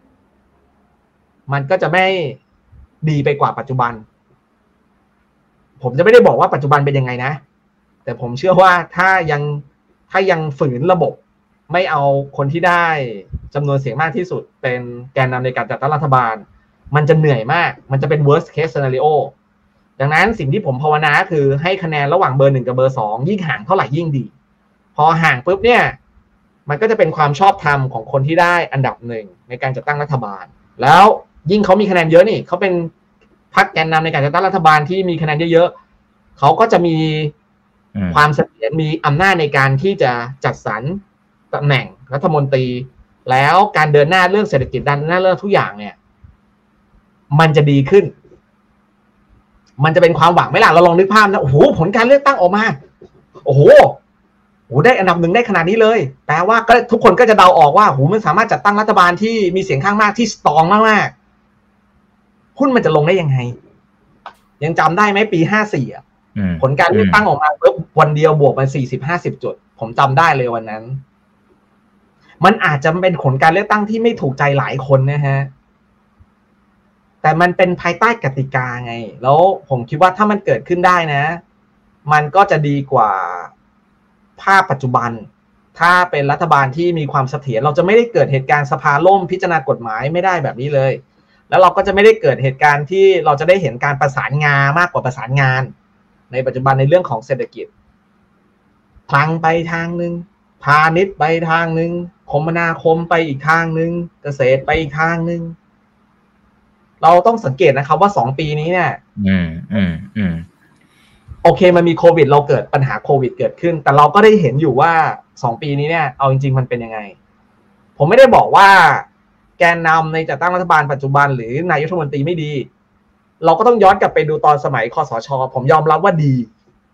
มันก็จะไม่ดีไปกว่าปัจจุบันผมจะไม่ได้บอกว่าปัจจุบันเป็นยังไงนะแต่ผมเชื่อว่าถ้ายังถ้ายังฝืนระบบไม่เอาคนที่ได้จำนวนเสียงมากที่สุดเป็นแกนนำในการจัดตั้งรัฐบาลมันจะเหนื่อยมากมันจะเป็น worst case scenario ดังนั้นสิ่งที่ผมภาวนาคือให้คะแนนระหว่างเบอร์หนึ่งกับเบอร์สองยิ่งห่างเท่าไหร่ยิ่งดีพอห่างปุ๊บเนี่ยมันก็จะเป็นความชอบธรรมของคนที่ได้อันดับหนึ่งในการจัดตั้งรัฐบาลแล้วยิ่งเขามีคะแนนเยอะนี่เขาเป็นพรรคแกนนำในการจัดตั้งรัฐบาลที่มีคะแนนเยอะๆเขาก็จะมีความเสถียรมีอำนาจในการที่จะจัดสรรตำแหน่งรัฐมนตรีแล้วการเดินหน้าเรื่องเศรษฐกิจดันหน้าเรื่องทุกอย่างเนี่ยมันจะดีขึ้นมันจะเป็นความหวังไหมล่ะเราลองนึกภาพนะโอ้โหผลการเลือกตั้งออกมาโอ้โหโอ้ได้อันดับหนึ่งได้ขนาดนี้เลยแปลว่าก็ทุกคนก็จะเดาออกว่าโหมันสามารถจัดตั้งรัฐบาลที่มีเสียงข้างมากที่สตรองมากๆหุ้นมันจะลงได้ยังไงยังจำได้ไหมปีห้าสี่อ่ะผลการเลือกตั้งออกมาปุ๊บวันเดียวบวกมาสี่สิบห้าสิบจุดผมจำได้เลยวันนั้นมันอาจจะเป็นผลการเลือกตั้งที่ไม่ถูกใจหลายคนนะฮะแต่มันเป็นภายใต้กติกาไงแล้วผมคิดว่าถ้ามันเกิดขึ้นได้นะมันก็จะดีกว่าภาพปัจจุบันถ้าเป็นรัฐบาลที่มีความเสถียรเราจะไม่ได้เกิดเหตุการณ์สภาล่มพิจารณากฎหมายไม่ได้แบบนี้เลยแล้วเราก็จะไม่ได้เกิดเหตุการณ์ที่เราจะได้เห็นการประสานงานมากกว่าประสานงานในปัจจุบันในเรื่องของเศรษฐกิจพลังไปทางนึงพาณิชย์ไปทางนึงคมนาคมไปอีกทางนึงเกษตรไปอีกทางนึงเราต้องสังเกตนะครับว่าสองปีนี้เนี่ยอืมอืมอืมโอเคมันมีโควิดเราเกิดปัญหาโควิดเกิดขึ้นแต่เราก็ได้เห็นอยู่ว่าสองปีนี้เนี่ยเอาจริงๆมันเป็นยังไงผมไม่ได้บอกว่าแกนนำในจัดตั้งรัฐบาลปัจจุบันหรือนายกรัฐมนตรีไม่ดีเราก็ต้องย้อนกลับไปดูตอนสมัยคสช.ผมยอมรับว่าดี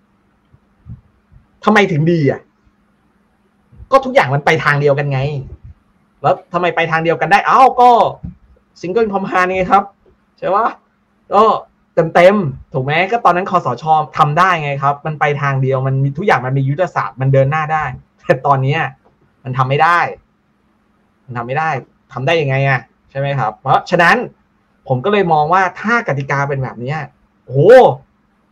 ทำไมถึงดีอ่ะก็ทุกอย่างมันไปทางเดียวกันไงแล้วทำไมไปทางเดียวกันได้อ้าวก็ซิงเกิลคอมพานีครับใช่ปะก็เต็มๆถูกไหมก็ตอนนั้นคสช.ทำได้ไงครับมันไปทางเดียวมันมีทุกอย่างมันมียุทธศาสตร์มันเดินหน้าได้แต่ตอนนี้มันทำไม่ได้มันทำไม่ได้ทำได้ยังไงอ่ะใช่ไหมครับเพราะฉะนั้นผมก็เลยมองว่าถ้ากติกาเป็นแบบนี้โอ้ไป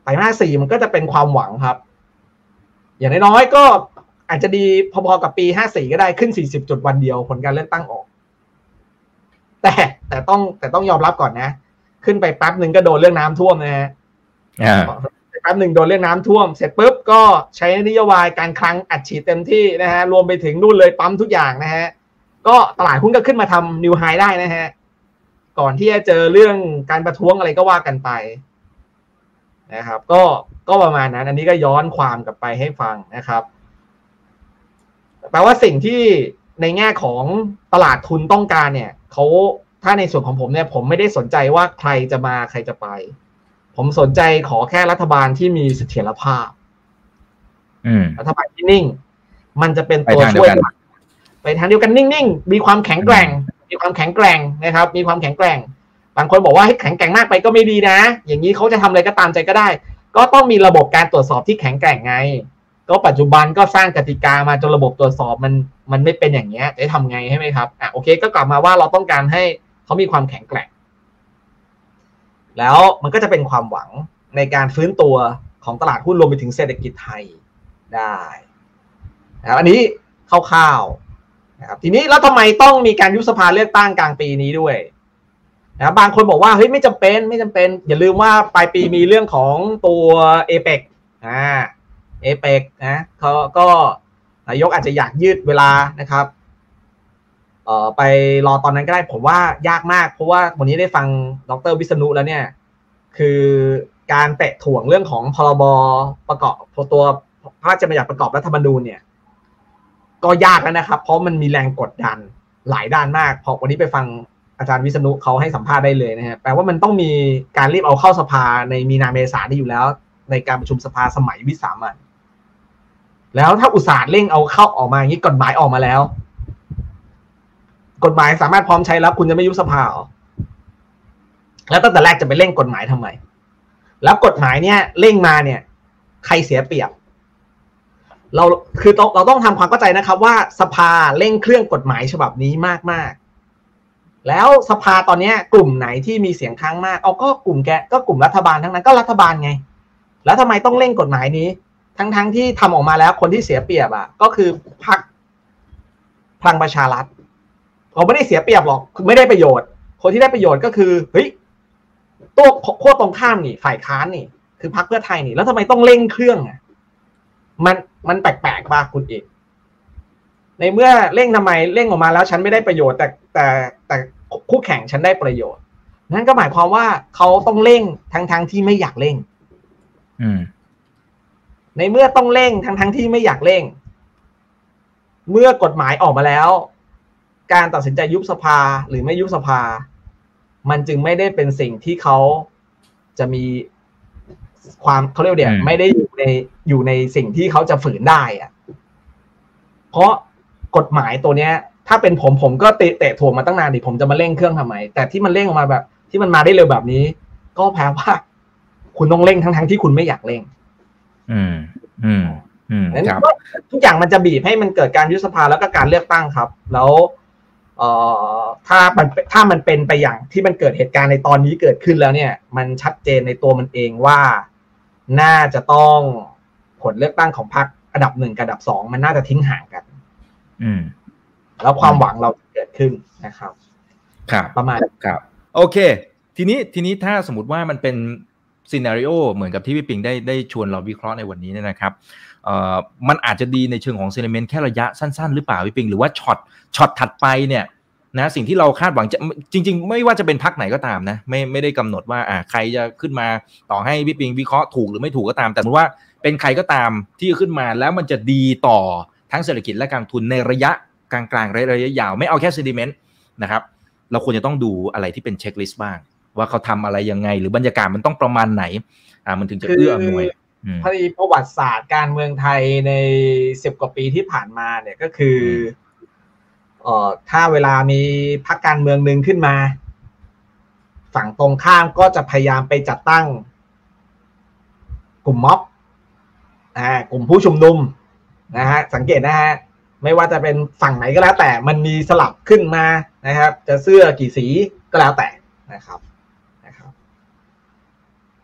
รมาสสี่มันก็จะเป็นความหวังครับอย่างน้อยๆก็อาจจะดีพอๆกับปีห้าสี่ก็ได้ขึ้นสี่สิบจุดวันเดียวผลการเลือกตั้งออกแต่แต่ต้องแต่ต้องยอมรับก่อนนะขึ้นไปแป๊บหนึ่งก็โดนเรื่องน้ำท่วมนะฮะแป๊บหนึ่งโดนเรื่องน้ำท่วมเสร็จปุ๊บก็ใช้นโยบายการคลังอัดฉีดเต็มที่นะฮะรวมไปถึงนู่นเลยปั๊มทุกอย่างนะฮะก็ตลาดหุ้นก็ขึ้นมาทำนิวไฮได้นะฮะก่อนที่จะเจอเรื่องการประท้วงอะไรก็ว่ากันไปนะครับก็ก็ประมาณนั้นอันนี้ก็ย้อนความกลับไปให้ฟังนะครับแปลว่าสิ่งที่ในแง่ของตลาดทุนต้องการเนี่ยเขาถ้าในส่วนของผมเนี่ยผมไม่ได้สนใจว่าใครจะมาใครจะไปผมสนใจขอแค่รัฐบาลที่มีเสถียรภาพรัฐบาลที่นิ่งมันจะเป็นตัวช่วยไปทางเดียวกันนิ่งๆมีความแข็งแกร่งมีความแข็งแกร่งนะครับมีความแข็งแกร่งบางคนบอกว่าให้แข็งแกร่งมากไปก็ไม่ดีนะอย่างนี้เขาจะทำอะไรก็ตามใจก็ได้ก็ต้องมีระบบการตรวจสอบที่แข็งแกร่งไงก็ปัจจุบันก็สร้างกติกามาจนระบบตรวจสอบมันมันไม่เป็นอย่างเงี้ยจะทำไงใช่ไหมครับอ่ะโอเคก็กลับมาว่าเราต้องการให้เขามีความแข็งแกร่งแล้วมันก็จะเป็นความหวังในการฟื้นตัวของตลาดหุ้นรวมไปถึงเศรษฐกิจไทยได้นะครับอันนี้คร่าวๆนะครับทีนี้แล้วทำไมต้องมีการยุบสภาเลือกตั้งกลางปีนี้ด้วยนะบางคนบอกว่าเฮ้ยไม่จำเป็นไม่จำเป็นอย่าลืมว่าปลายปีมีเรื่องของตัว เอ เปก อ่า เอ เปก นะเขาก็นายกอาจจะอยากยืดเวลานะครับเอ่อไปรอตอนนั้นก็ได้ผมว่ายากมากเพราะว่าวันนี้ได้ฟังดร.วิษณุแล้วเนี่ยคือการแตะถ่วงเรื่องของพรบประกอบตัวพระราชบัญญัติประกอบรัฐธรรมนูญเนี่ยก็ยากแล้วนะครับเพราะมันมีแรงกดดันหลายด้านมากพอวันนี้ไปฟังอาจารย์วิษณุเขาให้สัมภาษณ์ได้เลยนะฮะแปลว่ามันต้องมีการรีบเอาเข้าสภาในมีนาเมษาที่อยู่แล้วในการประชุมสภาสมัยวิสามัญแล้วถ้าอุตส่าห์เร่งเอาเข้าออกมาอย่างนี้กฎหมายออกมาแล้วกฎหมายสามารถพร้อมใช้แล้วคุณจะไม่ยุบสภาหรอแล้วตั้งแต่แรกจะไปเร่งกฎหมายทำไมแล้วกฎหมายเนี่ยเร่งมาเนี่ยใครเสียเปรียบเราคือเราต้องทำความเข้าใจนะครับว่าสภาเร่งเครื่องกฎหมายฉบับนี้มากๆแล้วสภาตอนนี้กลุ่มไหนที่มีเสียงข้างมากเอาก็กลุ่มแกก็กลุ่มรัฐบาลทั้งนั้นก็รัฐบาลไงแล้วทำไมต้องเร่งกฎหมายนี้ทั้งๆที่ทำออกมาแล้วคนที่เสียเปรียบอ่ะก็คือพรรคพลังประชารัฐเขาไม่ได้เสียเปรียบหรอกคือไม่ได้ประโยชน์คนที่ได้ประโยชน์ก็คือเฮ้ยตัวโค่ตรงข้ามนี่ฝ่ายค้านนี่คือพรรคเพื่อไทยนี่แล้วทำไมต้องเร่งเครื่องอ่ะมันมันแปลกๆป่ะคุณเอกในเมื่อเร่งทำไมเร่งออกมาแล้วฉันไม่ได้ประโยชน์แต่แต่แต่คู่แข่งฉันได้ประโยชน์นั่นก็หมายความว่าเขาต้องเร่งทั้งๆที่ไม่อยากเร่งอืมในเมื่อต้องเร่งทั้งๆที่ไม่อยากเร่งเมื่อกฎหมายออกมาแล้วการตัดสินใจยุบสภาหรือไม่ยุบสภามันจึงไม่ได้เป็นสิ่งที่เขาจะมีความเขาเรียกว่าเดี๋ยวไม่ได้อยู่ในอยู่ในสิ่งที่เขาจะฝืนได้อะเพราะกฎหมายตัวเนี้ยถ้าเป็นผมผมก็เตะเตะถ่วงมาตั้งนานดิผมจะมาเร่งเครื่องทำไมแต่ที่มันเร่งออกมาแบบที่มันมาได้เร็วแบบนี้ก็แปลว่าคุณต้องเร่งทั้งๆที่คุณไม่อยากเร่งอืมอืมอืมครับทุกอย่างมันจะบีบให้มันเกิดการยุบสภาแล้วก็การเลือกตั้งครับแล้วเอ่อถ้ามันถ้ามันเป็นไปอย่างที่มันเกิดเหตุการณ์ในตอนนี้เกิดขึ้นแล้วเนี่ยมันชัดเจนในตัวมันเองว่าน่าจะต้องผลเลือกตั้งของพรรคอันดับหนึ่งกับอันดับสองมันน่าจะทิ้งห่างกันอืมแล้วความหวังเราเกิดขึ้นนะครับครับประมาณครับโอเคทีนี้ทีนี้ถ้าสมมติว่ามันเป็นซีนาริโอเหมือนกับที่พี่ปิงได้ได้ชวนเราวิเคราะห์ในวันนี้เนี่ยนะครับเอ่อมันอาจจะดีในเชิงของเซนิเมนต์แค่ระยะสั้นๆหรือเปล่าพี่ปิงหรือว่าช็อตช็อตถัดไปเนี่ยนะสิ่งที่เราคาดหวังจะจริงๆไม่ว่าจะเป็นพรรคไหนก็ตามนะไม่ไม่ได้กำหนดว่าอ่าใครจะขึ้นมาต่อให้พี่ปิงวิเคราะห์ถูกหรือไม่ถูกก็ตามแต่ว่าเป็นใครก็ตามที่ขึ้นมาแล้วมันจะดีต่อทั้งเศรษฐกิจและการทุนในระยะกลางๆระยะยาวไม่เอาแค่เซนิเมนต์นะครับเราควรจะต้องดูอะไรที่เป็นเช็คลิสต์บ้างว่าเขาทำอะไรยังไงหรือบรรยากาศมันต้องประมาณไหนอ่ามันถึงจะเอื้ออำนวยพอดีประวัติศาสตร์การเมืองไทยในสิบกว่าปีที่ผ่านมาเนี่ยก็คือเอ่อถ้าเวลามีพรรคการเมืองนึงขึ้นมาฝั่งตรงข้ามก็จะพยายามไปจัดตั้งกลุ่มม็อบอ่ากลุ่มผู้ชุมนุมนะฮะสังเกตนะฮะไม่ว่าจะเป็นฝั่งไหนก็แล้วแต่มันมีสลับขึ้นมานะครับจะเสื้อกี่สีก็แล้วแต่นะครับนะครับเ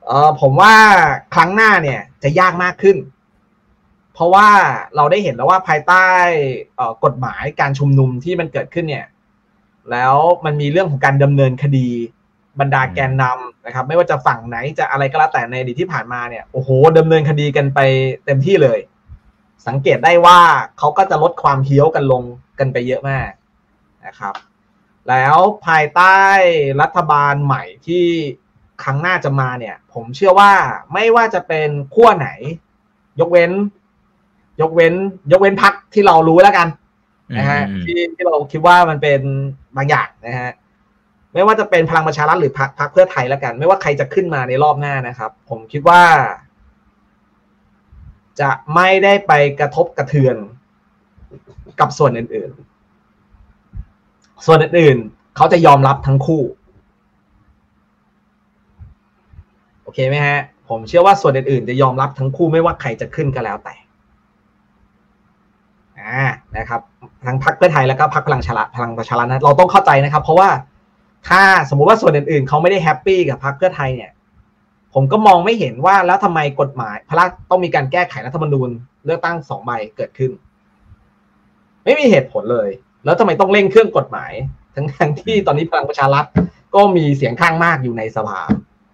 ออผมว่าครั้งหน้าเนี่ยจะยากมากขึ้นเพราะว่าเราได้เห็นแล้วว่าภายใต้กฎหมายการชุมนุมที่มันเกิดขึ้นเนี่ยแล้วมันมีเรื่องของการดำเนินคดีบรรดาแกนนำนะครับไม่ว่าจะฝั่งไหนจะอะไรก็แล้วแต่ในอดีตที่ผ่านมาเนี่ยโอ้โหดำเนินคดีกันไปเต็มที่เลยสังเกตได้ว่าเขาก็จะลดความเฮี้ยวกันลงกันไปเยอะมากนะครับแล้วภายใต้รัฐบาลใหม่ที่ครั้งหน้าจะมาเนี่ยผมเชื่อว่าไม่ว่าจะเป็นขั้วไหนยกเว้นยกเว้นยกเว้นพรรคที่เรารู้แล้วกันนะฮะที่ที่เราคิดว่ามันเป็นบางอย่างนะฮะไม่ว่าจะเป็นพลังประชารัฐหรือพรรคพรรคเพื่อไทยแล้วกันไม่ว่าใครจะขึ้นมาในรอบหน้านะครับผมคิดว่าจะไม่ได้ไปกระทบกระเทือนกับส่วนอื่นๆส่วนอื่นๆเขาจะยอมรับทั้งคู่โอเคไหมฮะผมเชื่อว่าส่วนอื่นๆจะยอมรับทั้งคู่ไม่ว่าใครจะขึ้นก็แล้วแต่อ่านะครับทั้งพรรคเพื่อไทยแล้วก็พรรคพลังประชารัฐพลังประชารัฐนะเราต้องเข้าใจนะครับเพราะว่าถ้าสมมุติว่าส่วนอื่นๆเขาไม่ได้แฮปปี้กับพรรคเพื่อไทยเนี่ยผมก็มองไม่เห็นว่าแล้วทำไมกฎหมายพระราชต้องมีการแก้ไขรัฐธรรมนูญเลือกตั้งสองใบเกิดขึ้นไม่มีเหตุผลเลยแล้วทำไมต้องเร่งเครื่องกฎหมายทั้งทั้งที่ตอนนี้พลังประชารัฐก็มีเสียงข้างมากอยู่ในสภา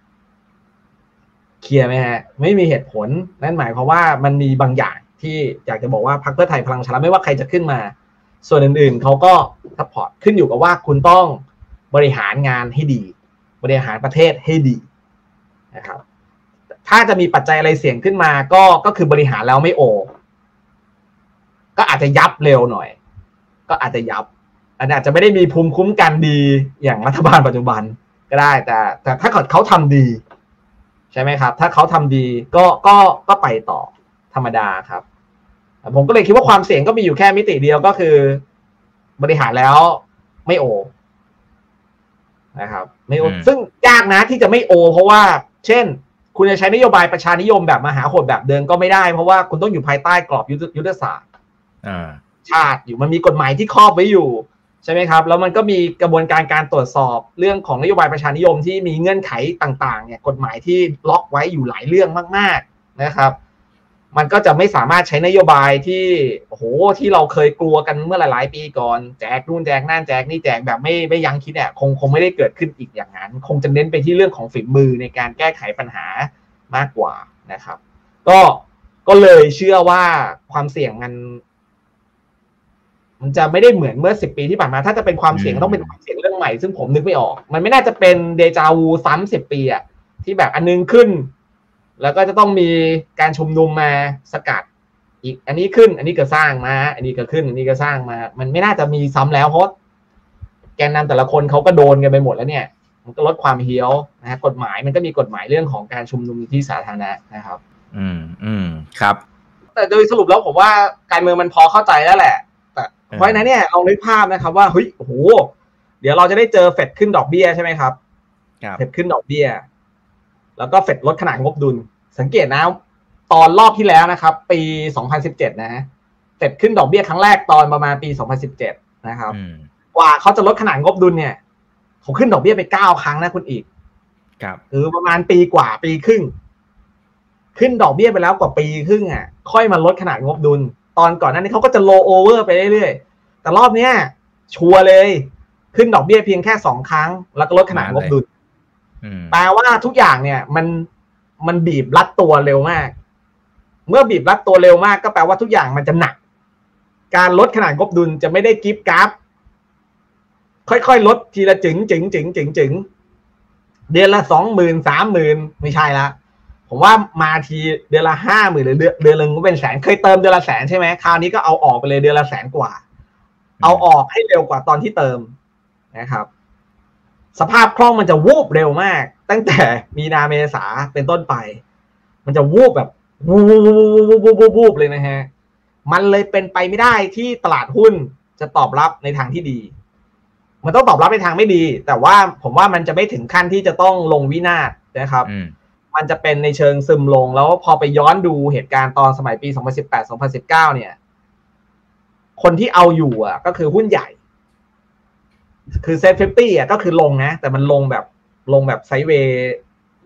เคลียร์ไหมฮะไม่มีเหตุผลนั่นหมายความว่ามันมีบางอย่างที่อยากจะบอกว่าพรรคเพื่อไทยพลังประชารัฐไม่ว่าใครจะขึ้นมาส่วนอื่นๆเขาก็ซัพพอร์ตขึ้นอยู่กับว่าคุณต้องบริหารงานให้ดีบริหารประเทศให้ดีนะครับถ้าจะมีปัจจัยอะไรเสี่ยงขึ้นมาก็ก็คือบริหารแล้วไม่โอก็อาจจะยับเร็วหน่อยก็อาจจะยับอันอาจจะไม่ได้มีภูมิคุ้มกันดีอย่างรัฐบาลปัจจุบันก็ได้แต่แต่ถ้าเขาเขาทำดีใช่ไหมครับถ้าเขาทำดีก็ก็ก็ไปต่อธรรมดาครับผมก็เลยคิดว่าความเสี่ยงก็มีอยู่แค่มิติเดียวก็คือบริหารแล้วไม่โอนะครับไม่โอซึ่งยากนะที่จะไม่โอเพราะว่าเช่นคุณจะใช้นโยบายประชานิยมแบบมหาโหดแบบเดิมก็ไม่ได้เพราะว่าคุณต้องอยู่ภายใต้กรอบยุทธศาสตร์ชาติอยู่มันมีกฎหมายที่ครอบไว้อยู่ใช่ไหมครับแล้วมันก็มีกระบวนการการตรวจสอบเรื่องของนโยบายประชานิยมที่มีเงื่อนไขต่างๆเนี่ยกฎหมายที่ล็อกไว้อยู่หลายเรื่องมากๆนะครับมันก็จะไม่สามารถใช้นโยบายที่โอ้โหที่เราเคยกลัวกันเมื่อหลายๆปีก่อนแจกนู่นแจกนั่นแจกนี่แจกแบบไม่ไม่ยั้งคิดเนี่ยคงคงไม่ได้เกิดขึ้นอีกอย่างนั้นคงจะเน้นไปที่เรื่องของฝีมือในการแก้ไขปัญหามากกว่านะครับก็ก็เลยเชื่อว่าความเสี่ยงมันมันจะไม่ได้เหมือนเมื่อสิบปีที่ผ่านมาถ้าจะเป็นความเสี่ยงต้องเป็นความเสี่ยงเรื่องใหม่ซึ่งผมนึกไม่ออกมันไม่น่าจะเป็นเดจาวูซ้ำสิบปีอะที่แบบอันนึงขึ้นแล้วก็จะต้องมีการชุมนุมมาสกัดอีกอันนี้ขึ้นอันนี้ก็สร้างมาอันนี้ก็ขึ้นอันนี้ก็สร้างมามันไม่น่าจะมีซ้ำแล้วเพราะแกนนำแต่ละคนเขาก็โดนกันไปหมดแล้วเนี่ยมันก็ลดความเฮี้ยวนะฮะกฎหมายมันก็มีกฎหมายเรื่องของการชุมนุมที่สาธารณะนะครับอืมอืมครับแต่โดยสรุปแล้วผมว่าการเมืองมันพอเข้าใจแล้วแหละแต่เพราะฉะนั้นเนี่ยลองนึกภาพนะครับว่าเฮ้ยโอ้โหเดี๋ยวเราจะได้เจอเฟดขึ้นดอกเบี้ยใช่ไหมครับเฟดขึ้นดอกเบี้ยแล้วก็เฟดลดขนาดงบดุลสังเกตนะตอนรอบที่แล้วนะครับปีสองพันสิบเจ็ดนะเฟดขึ้นดอกเบี้ยครั้งแรกตอนประมาณปีสองพันสิบเจ็ดนะครับกว่าเขาจะลดขนาดงบดุลเนี่ยเขาขึ้นดอกเบี้ยไปเก้าครั้งนะคุณอีกครับคือประมาณปีกว่าปีครึ่งขึ้นดอกเบี้ยไปแล้วกว่าปีครึ่งอ่ะค่อยมาลดขนาดงบดุลตอนก่อนหน้านี้เขาก็จะโลโอเวอร์ไปเรื่อยๆแต่รอบเนี้ยชัวร์เลยขึ้นดอกเบี้ยเพียงแค่สองครั้งแล้วก็ลดขนาดงบดุลแปลว่าทุกอย่างเนี่ยมันมันบีบรัดตัวเร็วมากเมื่อบีบรัดตัวเร็วมากก็แปลว่าทุกอย่างมันจะหนักการลดขนาดงบดุลจะไม่ได้กิฟต์กราฟค่อยๆลดทีละจึงจึงจึงจึงจึงเดือนละสองหมื่นสามหมื่นไม่ใช่ละผมว่ามาทีเดือนละห้าหมื่นหรือเดือนเดือนละก็เป็นแสนเคยเติมเดือนละแสนใช่ไหมคราวนี้ก็เอาออกไปเลยเดือนละแสนกว่าเอาออกให้เร็วกว่าตอนที่เติมนะครับสภาพคล่องมันจะวูบเร็วมากตั้งแต่มีนาเมษาเป็นต้นไปมันจะวูบแบบวูบวูบวูบวูบวูบเลยนะฮะมันเลยเป็นไปไม่ได้ที่ตลาดหุ้นจะตอบรับในทางที่ดีมันต้องตอบรับในทางไม่ดีแต่ว่าผมว่ามันจะไม่ถึงขั้นที่จะต้องลงวินาศนะครับมันจะเป็นในเชิงซึมลงแล้วพอไปย้อนดูเหตุการณ์ตอนสมัยปีสองพันสิบแปด สองพันสิบเก้าเนี่ยคนที่เอาอยู่อ่ะก็คือหุ้นใหญ่คือเซ็ตห้าสิบอ่ะก็คือลงนะแต่มันลงแบบลงแบบไซด์เวย์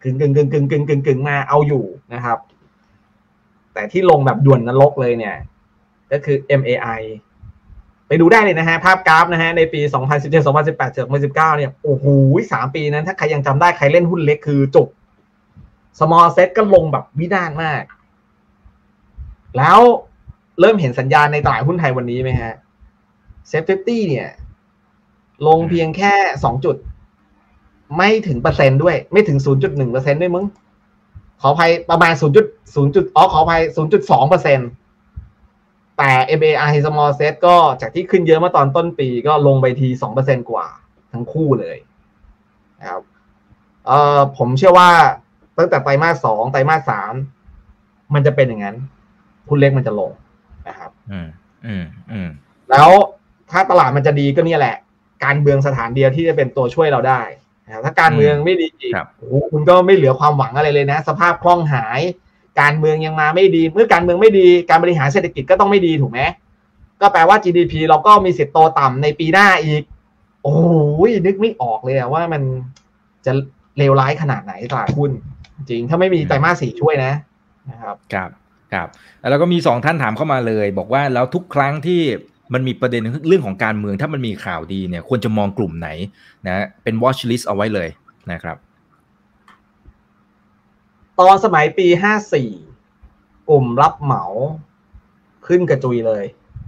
กึ่งกึ่งกึ่งกึ่งกึ่งกึ่งกึ่งมาเอาอยู่นะครับแต่ที่ลงแบบด่วนนรกเลยเนี่ยก็คือ เอ็ม เอ ไอ ไปดูได้เลยนะฮะภาพกราฟนะฮะในปีสองพันสิบเจ็ด สองพันสิบแปด สองพันสิบเก้าเนี่ยโอ้โหสามปีนั้นถ้าใครยังจำได้ใครเล่นหุ้นเล็กคือจุก small set ก็ลงแบบวินาศมากแล้วเริ่มเห็นสัญญาณในตลาดหุ้นไทยวันนี้ไหมฮะ เซฟ ห้าสิบ เนี่ยลงเพียงแค่สองจุดไม่ถึงเปอร์เซ็นต์ด้วยไม่ถึง ศูนย์จุดหนึ่งเปอร์เซ็นต์ ด้วยมึงขออภัยประมาณ ศูนย์จุดศูนย์ อ๋อขออภัย ศูนย์จุดสองเปอร์เซ็นต์ แต่ เอ็ม เอ ไอ Small Set ก็จากที่ขึ้นเยอะเมื่อตอนต้นปีก็ลงไปที สองเปอร์เซ็นต์ กว่าทั้งคู่เลยนะครับเอ่อผมเชื่อว่าตั้งแต่ไตรมาสสองไตรมาสสามมันจะเป็นอย่างนั้นหุ้นเล็กมันจะลงนะครับอืมอืมอืมแล้วถ้าตลาดมันจะดีก็เนี่ยแหละการเมืองสถานเดียวที่จะเป็นตัวช่วยเราได้ถ้าการเมืองไม่ดีโอ้โหคุณก็ไม่เหลือความหวังอะไรเลยนะสภาพคล่องหายการเมืองยังมาไม่ดีเมื่อการเมืองไม่ดีการบริหารเศรษฐกิจก็ต้องไม่ดีถูกไหมก็แปลว่า จี ดี พี เราก็มีสิทธิ์โตต่ำในปีหน้าอีกโอ้ยนึกไม่ออกเลยว่ามันจะเลวร้ายขนาดไหนตลาดหุ้นจริงถ้าไม่มีไตรมาสสี่ช่วยนะนะครับครับครับแล้วก็มีสองท่านถามเข้ามาเลยบอกว่าแล้วทุกครั้งที่มันมีประเด็นเรื่องของการเมืองถ้ามันมีข่าวดีเนี่ยควรจะมองกลุ่มไหนนะเป็น watch list เอาไว้เลยนะครับตอนสมัยปีห้าสี่กลุ่มรับเหมาขึ้นกระจุยเลย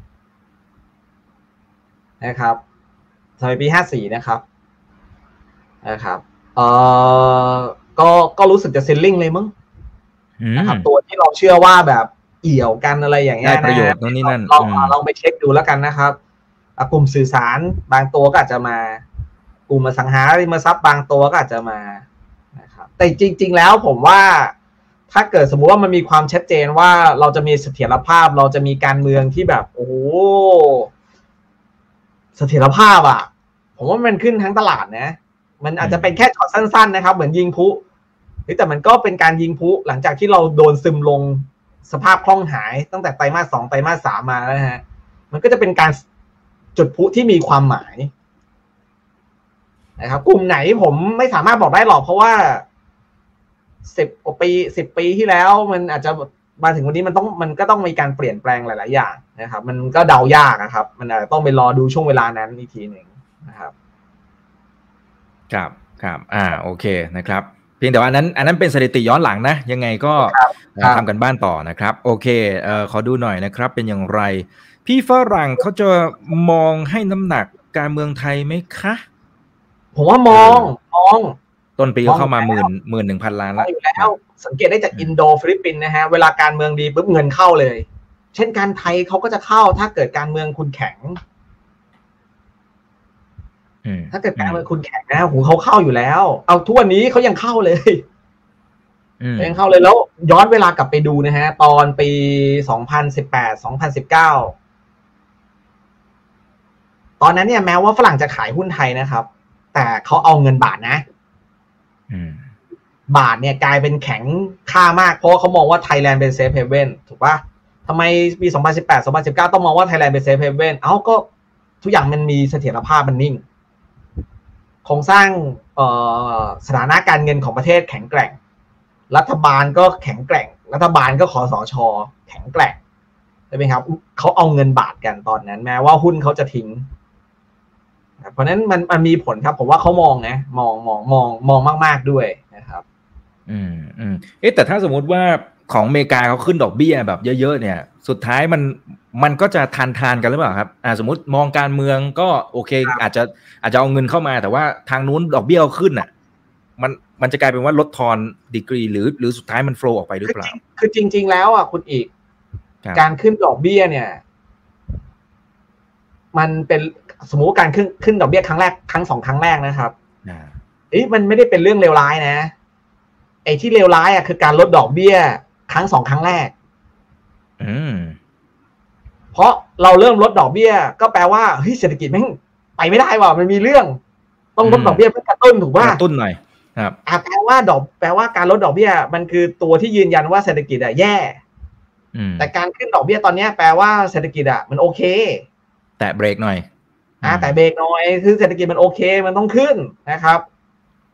นะครับสมัยปีห้าสี่นะครับนะครับเอ่อก็ก็รู้สึกจะเซลลิ่งเลยมั้งนะครับตัวที่เราเชื่อว่าแบบเอี่ยวกันอะไรอย่างเงี้ยนะประโยชน์นู่นนี่นั่นลองลองไปเช็คดูแล้วกันนะครับกลุ่มสื่อสารบางตัวก็อาจจะมากลุ่มอสังหาริมทรัพย์บางตัวก็อาจจะมานะครับแต่จริงๆแล้วผมว่าถ้าเกิดสมมุติว่ามันมีความชัดเจนว่าเราจะมีเสถียรภาพเราจะมีการเมืองที่แบบโอ้โหเสถียรภาพอ่ะผมว่ามันขึ้นทั้งตลาดนะมันอาจจะเป็นแค่ช็อตสั้นๆนะครับเหมือนยิงพลุแต่มันก็เป็นการยิงพลุหลังจากที่เราโดนซึมลงสภาพคล่องหายตั้งแต่ไตรมาสสองไตรมาสสามมาแล้วนะฮะมันก็จะเป็นการจุดพลุที่มีความหมายนะครับกลุ่มไหนผมไม่สามารถบอกได้หรอกเพราะว่าสิบกว่าปีสิบปีที่แล้วมันอาจจะมาถึงวันนี้มันต้องมันก็ต้องมีการเปลี่ยนแปลงหลายๆอย่างนะครับมันก็เดายากนะครับมันอาจจะต้องไปรอดูช่วงเวลานั้นอีกทีหนึ่งนะครับครับครับอ่าโอเคนะครับเพียงแต่ว่าอันนั้นอันนั้นเป็นสถิติย้อนหลังนะยังไงก็ทำกันบ้านต่อนะครับโอเคเอ่อขอดูหน่อยนะครับเป็นอย่างไรพี่ฝรั่งเขาจะมองให้น้ำหนักการเมืองไทยไหมคะผมว่ามองมองต้นปีก็เข้ามาหมื่นหมื่นหนึ่งพันล้านแล้วแล้วสังเกตได้จากอินโดฟิลิปปินส์นะฮะเวลาการเมืองดีปุ๊บเงินเข้าเลยเช่นการไทยเขาก็จะเข้าถ้าเกิดการเมืองคุณแข็งถ้าเกิดการเมืองคุณแข็งนะหูเขาเข้าอยู่แล้วเอาทุกวันนี้เขายังเข้าเลยยังเข้าเลยแล้วย้อนเวลากลับไปดูนะฮะตอนปีสองพันสิบแปด สองพันสิบเก้าตอนนั้นเนี่ยแม้ว่าฝรั่งจะขายหุ้นไทยนะครับแต่เขาเอาเงินบาทนะบาทเนี่ยกลายเป็นแข็งค่ามากเพราะเขามองว่าไทยแลนด์เป็นเซฟเฮเว่นถูกป่ะทำไมปีสองพันสิบแปด สองพันสิบเก้าต้องมองว่าไทยแลนด์เป็นเซฟเฮเว่นเอ้าก็ทุกอย่างมันมีเสถียรภาพมันนิ่งโครงสร้างสถานะการเงินของประเทศแข็งแกร่งรัฐบาลก็แข็งแกร่งรัฐบาลก็คสช.แข็งแกร่งใช่ไหมครับเขาเอาเงินบาทกันตอนนั้นแม้ว่าหุ้นเขาจะทิ้งเพราะนั้นมันมันมีผลครับผมว่าเขามองนะมองมองมองมองมากๆด้วยนะครับอืมอืมเอ๊ะแต่ถ้าสมมุติว่าของอเมริกาเขาขึ้นดอกเบี้ยแบบเยอะๆเนี่ยสุดท้ายมันมันก็จะทานทานกันหรือเปล่าครับอ่าสมมติมองการเมืองก็โอเคอาจจะอาจจะเอาเงินเข้ามาแต่ว่าทางนู้นดอกเบี้ยขึ้นอ่ะมันมันจะกลายเป็นว่าลดทอนดีกรีหรือหรือสุดท้ายมันโฟลว์ออกไปหรือเปล่าคือจริงๆแล้วอ่ะคุณอีกการขึ้นดอกเบี้ยเนี่ยมันเป็นสมมุติการขึ้นขึ้นดอกเบี้ยครั้งแรกครั้งสองครั้งแรกนะครับเอ๊ะมันไม่ได้เป็นเรื่องเลวร้ายนะไอ้ที่เลวร้ายอ่ะคือการลดดอกเบี้ยครั้งสองครั้งแรกอืมเพราะเราเริ่มลดดอกเบี้ยก็แปลว่าเฮ้ยเศรษฐกิจแม่งไปไม่ได้ว่ะมันมีเรื่องต้องลดดอกเบี้ยเพื่อกระตุ้นถูกป่ะกระตุ้นหน่อยครับอ่ะแปลว่าดอกแปลว่าการลดดอกเบี้ยมันคือตัวที่ยืนยันว่าเศรษฐกิจอ่ะแย่แต่การขึ้นดอกเบี้ยตอนนี้แปลว่าเศรษฐกิจอ่ะมันโอเคแต่เบรกหน่อยอ่าแต่เบรกหน่อยคือเศรษฐกิจมันโอเคมันต้องขึ้นนะครับ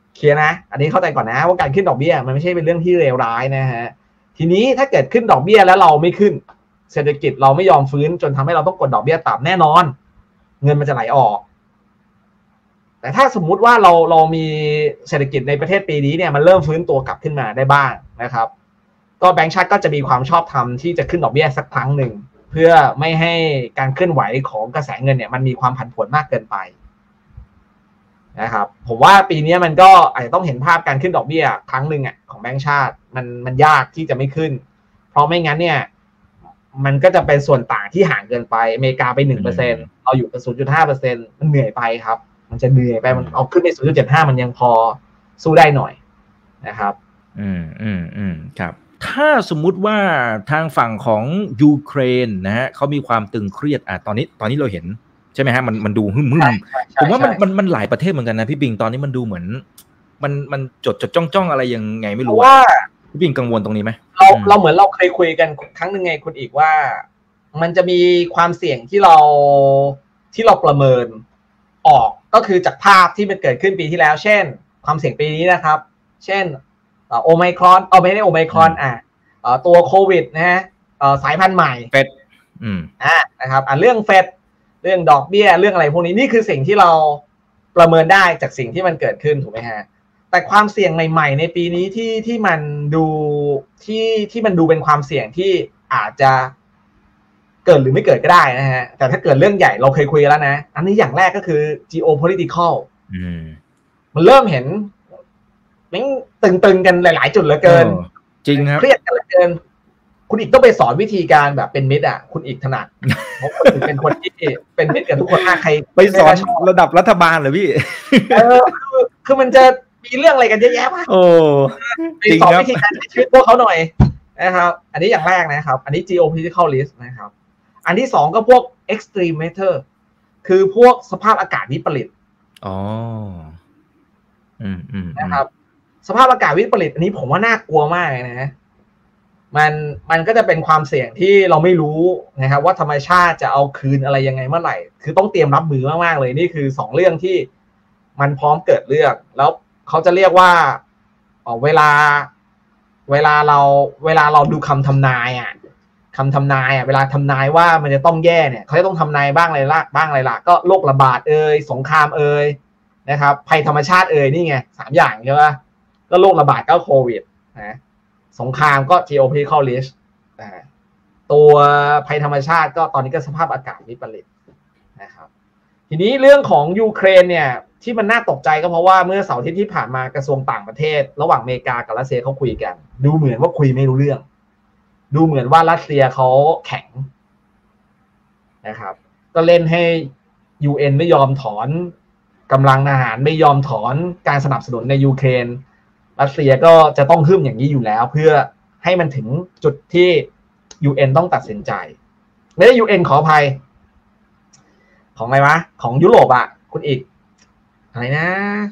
เคลียร์นะอันนี้เข้าใจก่อนนะว่าการขึ้นดอกเบี้ยมันไม่ใช่เป็นเรื่องที่เลวร้ายนะฮะทีนี้ถ้าเกิดขึ้นดอกเบี้ยแล้วเราไม่ขึ้นเศรษฐกิจเราไม่ยอมฟื้นจนทำให้เราต้องกดดอกเบี้ยต่ำแน่นอนเงินมันจะไหลออกแต่ถ้าสมมุติว่าเราเรามีเศรษฐกิจในประเทศปีนี้เนี่ยมันเริ่มฟื้นตัวกลับขึ้นมาได้บ้างนะครับก็แบงก์ชาติก็จะมีความชอบธรรมที่จะขึ้นดอกเบี้ยสักครั้งหนึ่งเพื่อไม่ให้การเคลื่อนไหวของกระแสเงินเนี่ยมันมีความผันผวนมากเกินไปนะครับผมว่าปีนี้มันก็อาจจะต้องเห็นภาพการขึ้นดอกเบี้ยครั้งหนึ่งอ่ะของแบงก์ชาติมันมันยากที่จะไม่ขึ้นเพราะไม่งั้นเนี่ยมันก็จะเป็นส่วนต่างที่ห่างเกินไปอเมริกาไป หนึ่งเปอร์เซ็นต์ เราอยู่กับ ศูนย์จุดห้าเปอร์เซ็นต์ มันเหนื่อยไปครับมันจะเหนื่อยไปมันเอาขึ้นไป ศูนย์จุดเจ็ดห้า มันยังพอสู้ได้หน่อยนะครับอืมอืมอืมครับถ้าสมมุติว่าทางฝั่งของยูเครนนะฮะเขามีความตึงเครียดอ่ะตอนนี้ตอนนี้เราเห็นใช่ไหมฮะมันมันดูหึ่มหึ่มผมว่ามันมันมันหลายประเทศเหมือนกันนะพี่บิงตอนนี้มันดูเหมือนมันมันจดจดจ้องจ้องอะไรยังไงไม่รู้ว่าพี่บิงกังวลตรงนี้ไหมเราเราเหมือนเราเคยคุยกันครั้งหนึ่งไงคุณอีกว่ามันจะมีความเสี่ยงที่เราที่เราประเมินออกก็คือจากภาพที่มันเกิดขึ้นปีที่แล้วเช่นความเสี่ยงปีนี้นะครับเช่นโอไมครอนเอาไม่ได้โอไมครอนอ่ะตัวโควิดนะฮะสายพันธุ์ใหม่เฟดอืมอ่านะครับอ่ะเรื่องเฟดเรื่องดอกเบี้ยเรื่องอะไรพวกนี้นี่คือสิ่งที่เราประเมินได้จากสิ่งที่มันเกิดขึ้นถูกไหมฮะแต่ความเสี่ยงใหม่ๆในปีนี้ที่ที่มันดูที่ที่มันดูเป็นความเสี่ยงที่อาจจะเกิดหรือไม่เกิดก็ได้นะฮะแต่ถ้าเกิดเรื่องใหญ่เราเคยคุยแล้วนะอันนี้อย่างแรกก็คือ geopolitical อืมมันเริ่มเห็นมันตึงๆกันหลายๆจุดเหลือเกินจริงครับเครียดกันเหลือเกินคุณอีกต้องไปสอนวิธีการแบบเป็นมิตรอ่ะคุณอีกถนัดเพราะคุณอีกเป็นคนที่เป็นมิตรกับทุกคนมากใครไปสอนระดับรัฐบาลเหรอพี่เออคือคือมันจะมีเรื่องอะไรกันเยอะแยะมากโอ้ไปสอนวิธีการใช้ชีวิตพวกเขาหน่อยนะครับอันนี้อย่างแรกนะครับอันนี้ geopolitical risk นะครับอันที่สองก็พวก extreme weather คือพวกสภาพอากาศวิปริตอ๋ออืมอืมนะครับสภาพอากาศวิปริตอันนี้ผมว่าน่ากลัวมากเลยนะมันมันก็จะเป็นความเสี่ยงที่เราไม่รู้นะครับว่าธรรมชาติจะเอาคืนอะไรยังไงเมื่อไหร่คือต้องเตรียมรับมือมากๆเลยนี่คือสองเรื่องที่มันพร้อมเกิดเรื่องแล้วเขาจะเรียกว่าเวลาเวลาเราเวลาเราดูคำทำนายอ่ะคำทำนายอ่ะเวลาทำนายว่ามันจะต้องแย่เนี่ยเขาจะต้องทำนายบ้างอะไรละบ้างอะไรละก็โรคระบาดเอ่ยสงครามเอ่ยนะครับภัยธรรมชาติเอ่ยนี่ไงสามอย่างใช่ไหมก็โรคระบาดก็โควิดนะสงครามก็ geopolitical risk นะตัวภัยธรรมชาติก็ตอนนี้ก็สภาพอากาศวิปริตนะครับทีนี้เรื่องของยูเครนเนี่ยที่มันน่าตกใจก็เพราะว่าเมื่อเสาร์อาทิตย์ที่ผ่านมากระทรวงต่างประเทศระหว่างอเมริกากับรัสเซียเขาคุยกันดูเหมือนว่าคุยไม่รู้เรื่องดูเหมือนว่ารัสเซียเขาแข็งนะครับก็เล่นให้ ยู เอ็น ไม่ยอมถอนกำลังทหารไม่ยอมถอนการสนับสนุนในยูเครนรัสเซียก็จะต้องฮึ่มอย่างนี้อยู่แล้วเพื่อให้มันถึงจุดที่ ยู เอ็น ต้องตัดสินใจไม่ได้ ยู เอ็น ขออภัยของอะไรวะของยุโรปอ่ะคุณอีกอะไรนะ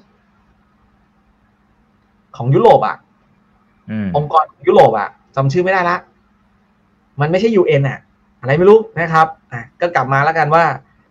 ของยุโรปอ่ะองค์กรของยุโรปอ่ะจำชื่อไม่ได้ละมันไม่ใช่ ยู เอ็น อ่ะอะไรไม่รู้นะครับอ่ะก็กลับมาแล้วกันว่า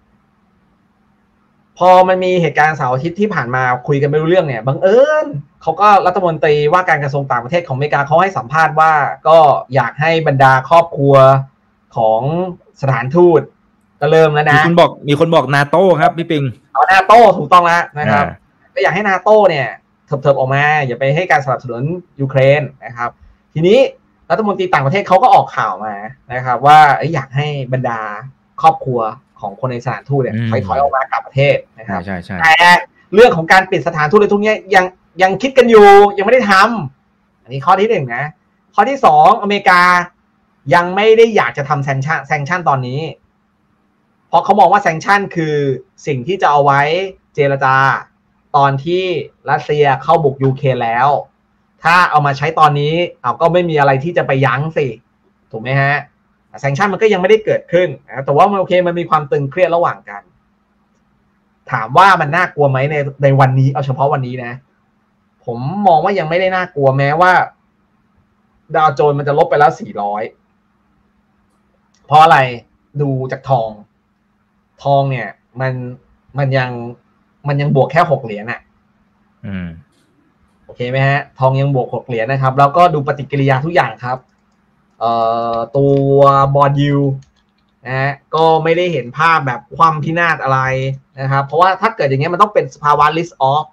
พอมันมีเหตุการณ์เสาร์อาทิตย์ที่ผ่านมาคุยกันไม่รู้เรื่องเนี่ยบังเอิญเขาก็รัฐมนตรีว่าการกระทรวงต่างประเทศของอเมริกาเขาให้สัมภาษณ์ว่าก็อยากให้บรรดาครอบครัวของสถานทูตก็เริ่มแล้วนะมีคนบอกมีคนบอกนาโต้ครับพี่ปิงเอานาโต้ถูกต้องแล้วนะครับก็อยากให้นาโต้เนี่ยเถิบๆออกมาอย่าไปให้การสนับสนุนยูเครนนะครับทีนี้รัฐมนตรีต่างประเทศเขาก็ออกข่าวมานะครับว่าอยากให้บรรดาครอบครัวของคนในสถานทูตเนี่ยถอยถอยออกมากลับประเทศนะครับใช่ใช่แต่เรื่องของการปิดสถานทูตอะไรทุกนี้ยังยังคิดกันอยู่ยังไม่ได้ทำอันนี้ข้อที่หนึ่งนะข้อที่สองอเมริกายังไม่ได้อยากจะทำแซงชั่นแซงชั่นตอนนี้เพราะเขามองว่าแซงชั่นคือสิ่งที่จะเอาไว้เจรจาตอนที่รัสเซียเข้าบุกยูเครนแล้วถ้าเอามาใช้ตอนนี้เอาก็ไม่มีอะไรที่จะไปยั้งสิถูกไหมฮะแซงชั่นมันก็ยังไม่ได้เกิดขึ้นนะแต่ว่ามันโอเคมันมีความตึงเครียดระหว่างกันถามว่ามันน่ากลัวไหมในในวันนี้เอาเฉพาะวันนี้นะผมมองว่ายังไม่ได้น่ากลัวแม้ว่าดาวโจนส์มันจะลบไปแล้วสี่ร้อยเพราะอะไรดูจากทองทองเนี่ยมันมันยังมันยังบวกแค่หกเหรียญอ่ะอืมโอเคไหมฮะทองยังบวกหกเหรียญนะครับแล้วก็ดูปฏิกิริยาทุกอย่างครับเอ่อตัวบอนด์ยิลด์นะฮะก็ไม่ได้เห็นภาพแบบคว่ำพินาศอะไรนะครับเพราะว่าถ้าเกิดอย่างเงี้ยมันต้องเป็นสภาวะ risk off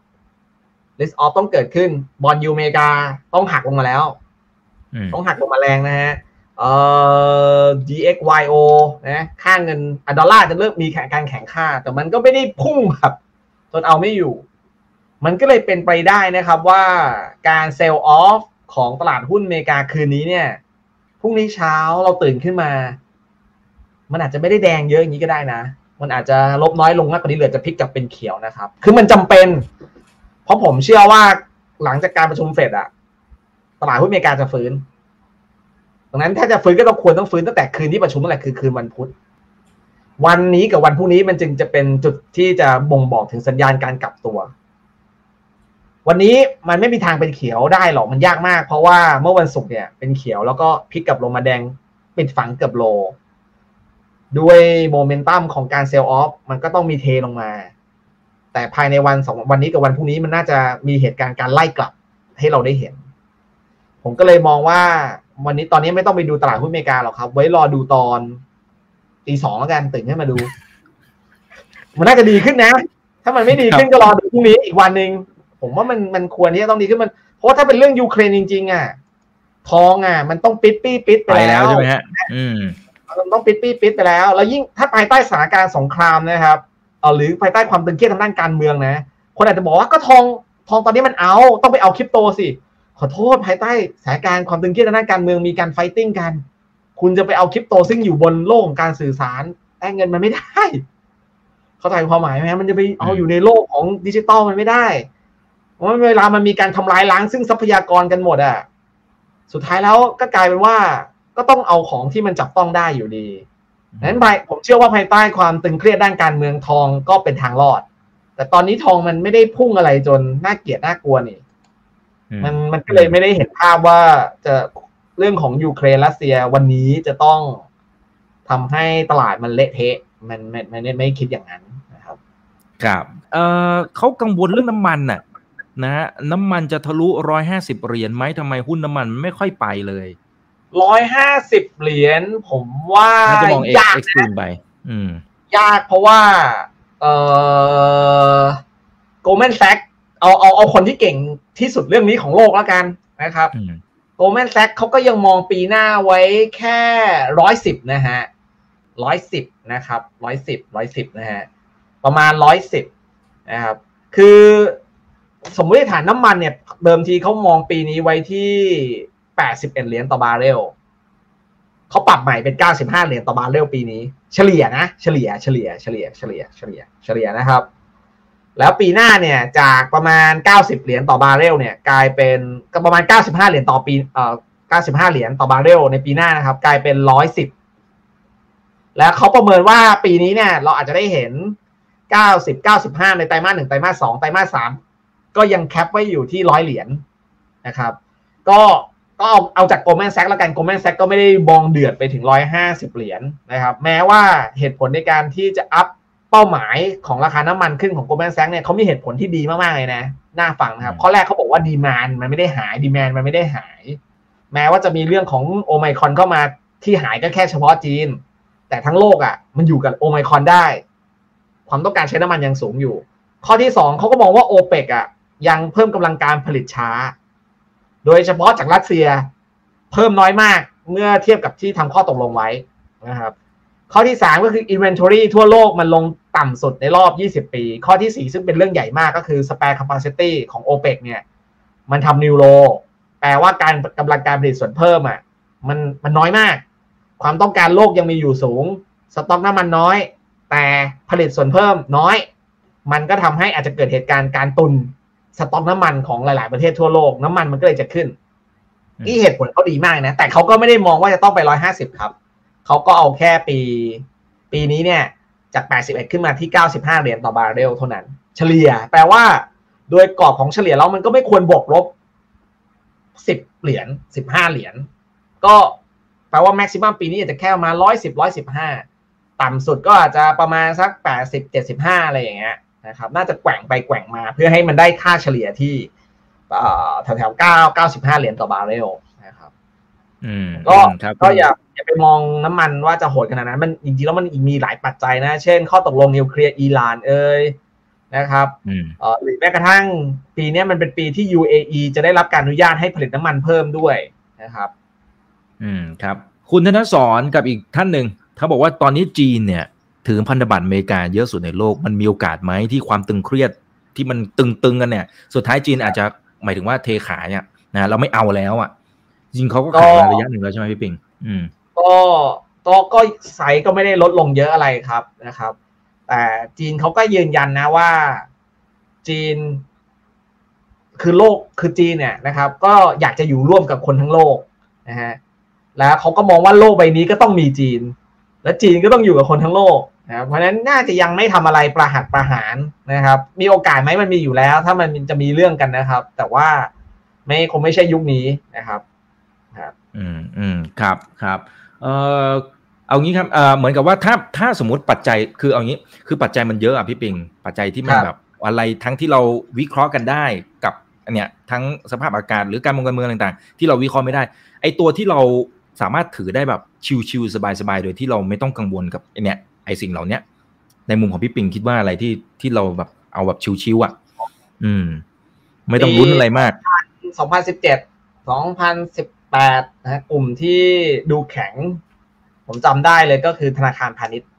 risk off ต้องเกิดขึ้นบอนด์ยิลด์อเมริกาต้องหักลงมาแล้วต้องหักลงมาแรงนะฮะเอ่อ ดี เอ็กซ์ วาย โอ นะค่าเงินดอลลาร์จะเริ่มมีการแข่งค่าแต่มันก็ไม่ได้พุ่งแบบจนเอาไม่อยู่มันก็เลยเป็นไปได้นะครับว่าการเซลล์ออฟของตลาดหุ้นอเมริกาคืนนี้เนี่ยพรุ่งนี้เช้าเราตื่นขึ้นมามันอาจจะไม่ได้แดงเยอะอย่างนี้ก็ได้นะมันอาจจะลบน้อยลงมากกว่านี้เหลือจะพลิกกลับเป็นเขียวนะครับคือมันจำเป็นเพราะผมเชื่อว่าหลังจากการประชุมเฟดอะตลาดหุ้นอเมริกาจะฟื้นดังนั้นถ้าจะฟื้นก็ต้องควรต้องฟื้นตั้งแต่คืนที่ประชุมนั่นแหละคือคืนวันพุธวันนี้กับวันพรุ่งนี้มันจึงจะเป็นจุดที่จะบ่งบอกถึงสัญญาณการกลับตัววันนี้มันไม่มีทางเป็นเขียวได้หรอกมันยากมากเพราะว่าเมื่อวันศุกร์เนี่ยเป็นเขียวแล้วก็พลิกกลับลงมาแดงปิดฝังเกือบโลด้วยโมเมนตัมของการเซลล์ออฟมันก็ต้องมีเทลงมาแต่ภายในวันสองวันนี้กับวันพรุ่งนี้มันน่าจะมีเหตุการณ์การไล่กลับให้เราได้เห็นผมก็เลยมองว่าวันนี้ตอนนี้ไม่ต้องไปดูตลาดหุ้นอเมริกาหรอกครับไว้รอดูตอนตีสองแล้วกันตื่นขึ้นมาดูมันน่าจะดีขึ้นนะถ้ามันไม่ดีขึ้นก็รอดูพรุ่งนี้อีกวันนึงผมว่ามันมันควรที่จะต้องดีขึ้นมันเพราะว่าถ้าเป็นเรื่องยูเครนจริงๆอ่ะทองอ่ะมันต้องปิดปี้ปิดไปแล้วใช่ไหมฮะอืมมันต้องปิดปี้ปิดไปแล้วแล้วยิ่งถ้าภายใต้สถานการณ์สงครามนะครับเออหรือภายใต้ความตึงเครียดทางด้านการเมืองนะคนอาจจะบอกว่าก็ทองทองตอนนี้มันเอาต้องไปเอาคริปโตสิขอโทษภายใต้สถานการณ์ความตึงเครียดทางด้านการเมืองมีการไฟติ้งกันคุณจะไปเอาคริปโตซึ่งอยู่บนโลกของการสื่อสารแต่เงินมันไม่ได้เข้าใจความหมายไหมมันจะไปเอาอยู่ในโลกของดิจิตอลมันไม่ได้เพราะเวลามันมีการทำลายล้างซึ่งทรัพยากรกันหมดอ่ะสุดท้ายแล้วก็กลายเป็นว่าก็ต้องเอาของที่มันจับต้องได้อยู่ดีนั้นไปผมเชื่อว่าภายใต้ความตึงเครียดด้านการเมืองทองก็เป็นทางรอดแต่ตอนนี้ทองมันไม่ได้พุ่งอะไรจนน่าเกลียดน่ากลัวนี่มันมันก็เลยไม่ได้เห็นภาพว่าจะเรื่องของยูเครนรัสเซียวันนี้จะต้องทำให้ตลาดมันเละเทะมันไม่ไม่ไม่คิดอย่างนั้นนะครับครับเอ่อเขากังวลเรื่องน้ำมันน่ะนะฮะน้ำมันจะทะลุร้อยห้าสิบเหรียญไหมทำไมหุ้นน้ำมันไม่ค่อยไปเลยร้อยห้าสิบเหรียญผมว่ายากนะไปอืมยากเพราะว่าเอ่อ Goldman Sachs เอาเอาเอาคนที่เก่งที่สุดเรื่องนี้ของโลกแล้วกันนะครับ Goldman Sachs เขาก็ยังมองปีหน้าไว้แค่ร้อยสิบนะฮะร้อยสิบนะครับร้อยสิบร้อยสิบนะฮะประมาณร้อยสิบนะครับคือสมมติฐานน้ำมันเนี่ยเดิมทีเขามองปีนี้ไว้ที่แปดสิบเอ็ดเหรียญต่อบาร์เรลเขาปรับใหม่เป็นเก้าสิบห้าเหรียญต่อบาร์เรลปีนี้เฉลี่ยนะเฉลี่ยเฉลี่ยเฉลี่ยเฉลี่ยเฉลี่ยเฉลี่ยนะครับแล้วปีหน้าเนี่ยจากประมาณเก้าสิบเหรียญต่อบาร์เรลเนี่ยกลายเป็นก็ประมาณเก้าสิบห้าเหรียญต่อปีเอ่อเก้าสิบห้าเหรียญต่อบาร์เรลในปีหน้านะครับกลายเป็นหนึ่งร้อยสิบแล้วเขาประเมินว่าปีนี้เนี่ยเราอาจจะได้เห็นเก้าสิบ เก้าสิบห้าในไตรมาสหนึ่งไตรมาสสองไตรมาสสามก็ยังแคปไว้อยู่ที่หนึ่งร้อยเหรียญนะครับก็ก็เอาเอาจาก Goldman Sachs แล้วกัน Goldman Sachs ก็ไม่ได้มองเดือดไปถึงหนึ่งร้อยห้าสิบเหรียญนะครับแม้ว่าเหตุผลในการที่จะอัพเป้าหมายของราคาน้ำมันขึ้นของ Goldman Sachs เนี่ยเขามีเหตุผลที่ดีมากๆเลยนะน่าฟังนะครับข้อแรกเขาบอกว่าดีมานด์มันไม่ได้หายดีมานด์มันไม่ได้หายแม้ว่าจะมีเรื่องของโอไมครอนเข้ามาที่หายก็แค่เฉพาะจีนแต่ทั้งโลกอ่ะมันอยู่กับโอไมครอนได้ความต้องการใช้น้ำมันยังสูงอยู่ข้อที่สองเขาก็มองว่า โอเปก อ่ะยังเพิ่มกำลังการผลิตช้าโดยเฉพาะจากรัสเซียเพิ่มน้อยมากเมื่อเทียบกับที่ทำข้อตกลงไว้นะครับข้อที่สามก็คือ inventory ทั่วโลกมันลงต่ำสุดในรอบยี่สิบปีข้อที่สี่ซึ่งเป็นเรื่องใหญ่มากก็คือ spare capacity ของ โอเปก เนี่ยมันทำนิวโลแปลว่าการกำลังการผลิตส่วนเพิ่มอ่ะมันมันน้อยมากความต้องการโลกยังมีอยู่สูงสต็อกน้ำมันน้อยแต่ผลิตส่วนเพิ่มน้อยมันก็ทำให้อาจจะเกิดเหตุการณ์การตุนสต็อกน้ำมันของหลายๆประเทศทั่วโลกน้ำมันมันก็เลยจะขึ้นนี่เหตุผลเขาดีมากนะแต่เขาก็ไม่ได้มองว่าจะต้องไปหนึ่งร้อยห้าสิบครับเขาก็เอาแค่ปีปีนี้เนี่ยจากแปดสิบเอ็ดขึ้นมาที่เก้าสิบห้าเหรียญต่อบาร์เรลเท่านั้นเฉลี่ยแปลว่าโดยกรอบของเฉลี่ยแล้วมันก็ไม่ควรบวกลบสิบเหรียญสิบห้าเหรียญก็แปลว่าแม็กซิมัมปีนี้อาจจะแค่ประมาณหนึ่งร้อยสิบ หนึ่งร้อยสิบห้าต่ำสุดก็อาจจะประมาณสักแปดสิบ เจ็ดสิบห้าอะไรอย่างเงี้ยนะครับน่าจะแกว่งไปแกว่งมาเพื่อให้มันได้ค่าเฉลี่ยที่แถวแถวเก้าเก้าสิบห้าเหรียญต่อบาร์เรลนะครับก็ก็อย่าอย่าไปมองน้ำมันว่าจะโหดขนาดนั้นมันจริงๆแล้วมันมีหลายปัจจัยนะเช่นข้อตกลงนิวเคลียร์อิหร่านเอ่ยนะครับหรือแม้กระทั่งปีนี้มันเป็นปีที่ ยู เอ อี จะได้รับการอนุญาตให้ผลิตน้ำมันเพิ่มด้วยนะครับอืมครับคุณธนสรกับอีกท่านหนึ่งเขาบอกว่าตอนนี้จีนเนี่ยถือพันธบัตรอเมริกาเยอะสุดในโลกมันมีโอกาสไหมที่ความตึงเครียดที่มันตึงๆกันเนี่ยสุดท้ายจีนอาจจะหมายถึงว่าเทขายเนี่ยนะเราไม่เอาแล้วอ่ะจริงเขาก็ขายมาระยะหนึ่งแล้วใช่ไหมพี่ปิงอืมก็ก็ก็ไซส์ก็ไม่ได้ลดลงเยอะอะไรครับนะครับแต่จีนเขาก็ยืนยันนะว่าจีนคือโลกคือจีนเนี่ยนะครับก็อยากจะอยู่ร่วมกับคนทั้งโลกนะฮะแล้วเขาก็มองว่าโลกใบนี้ก็ต้องมีจีนและจีนก็ต้องอยู่กับคนทั้งโลกนะเพราะฉะนั้นน่าจะยังไม่ทำอะไรประหัตประหารนะครับมีโอกาสไหมมันมีอยู่แล้วถ้ามันจะมีเรื่องกันนะครับแต่ว่าไม่คงไม่ใช่ยุคนี้นะครับครับอืมอืมครับครับเอ่อเอางี้ครับเอ่อเหมือนกับว่าถ้าถ้าสมมติปัจจัยคือเอางี้คือปัจจัยมันเยอะอ่ะพี่ปิงปัจจัยที่มันแบบอะไรทั้งที่เราวิเคราะห์กันได้กับอันเนี้ยทั้งสภาพอากาศหรือการเมืองการเมืองต่างๆที่เราวิเคราะห์ไม่ได้ไอตัวที่เราสามารถถือได้แบบชิลๆสบายๆโดยที่เราไม่ต้องกังวลกับไอเนี้ยไอสิ่งเหล่านี้ในมุมของพี่ปิงคิดว่าอะไรที่ที่เราแบบเอาแบบชิลๆอ่ะอืมไม่ต้องลุ้นอะไรมากสองพันสิบเจ็ด สองพันสิบแปดนะกลุ่มที่ดูแข็งผมจำได้เลยก็คือธนาคารพาณิชย์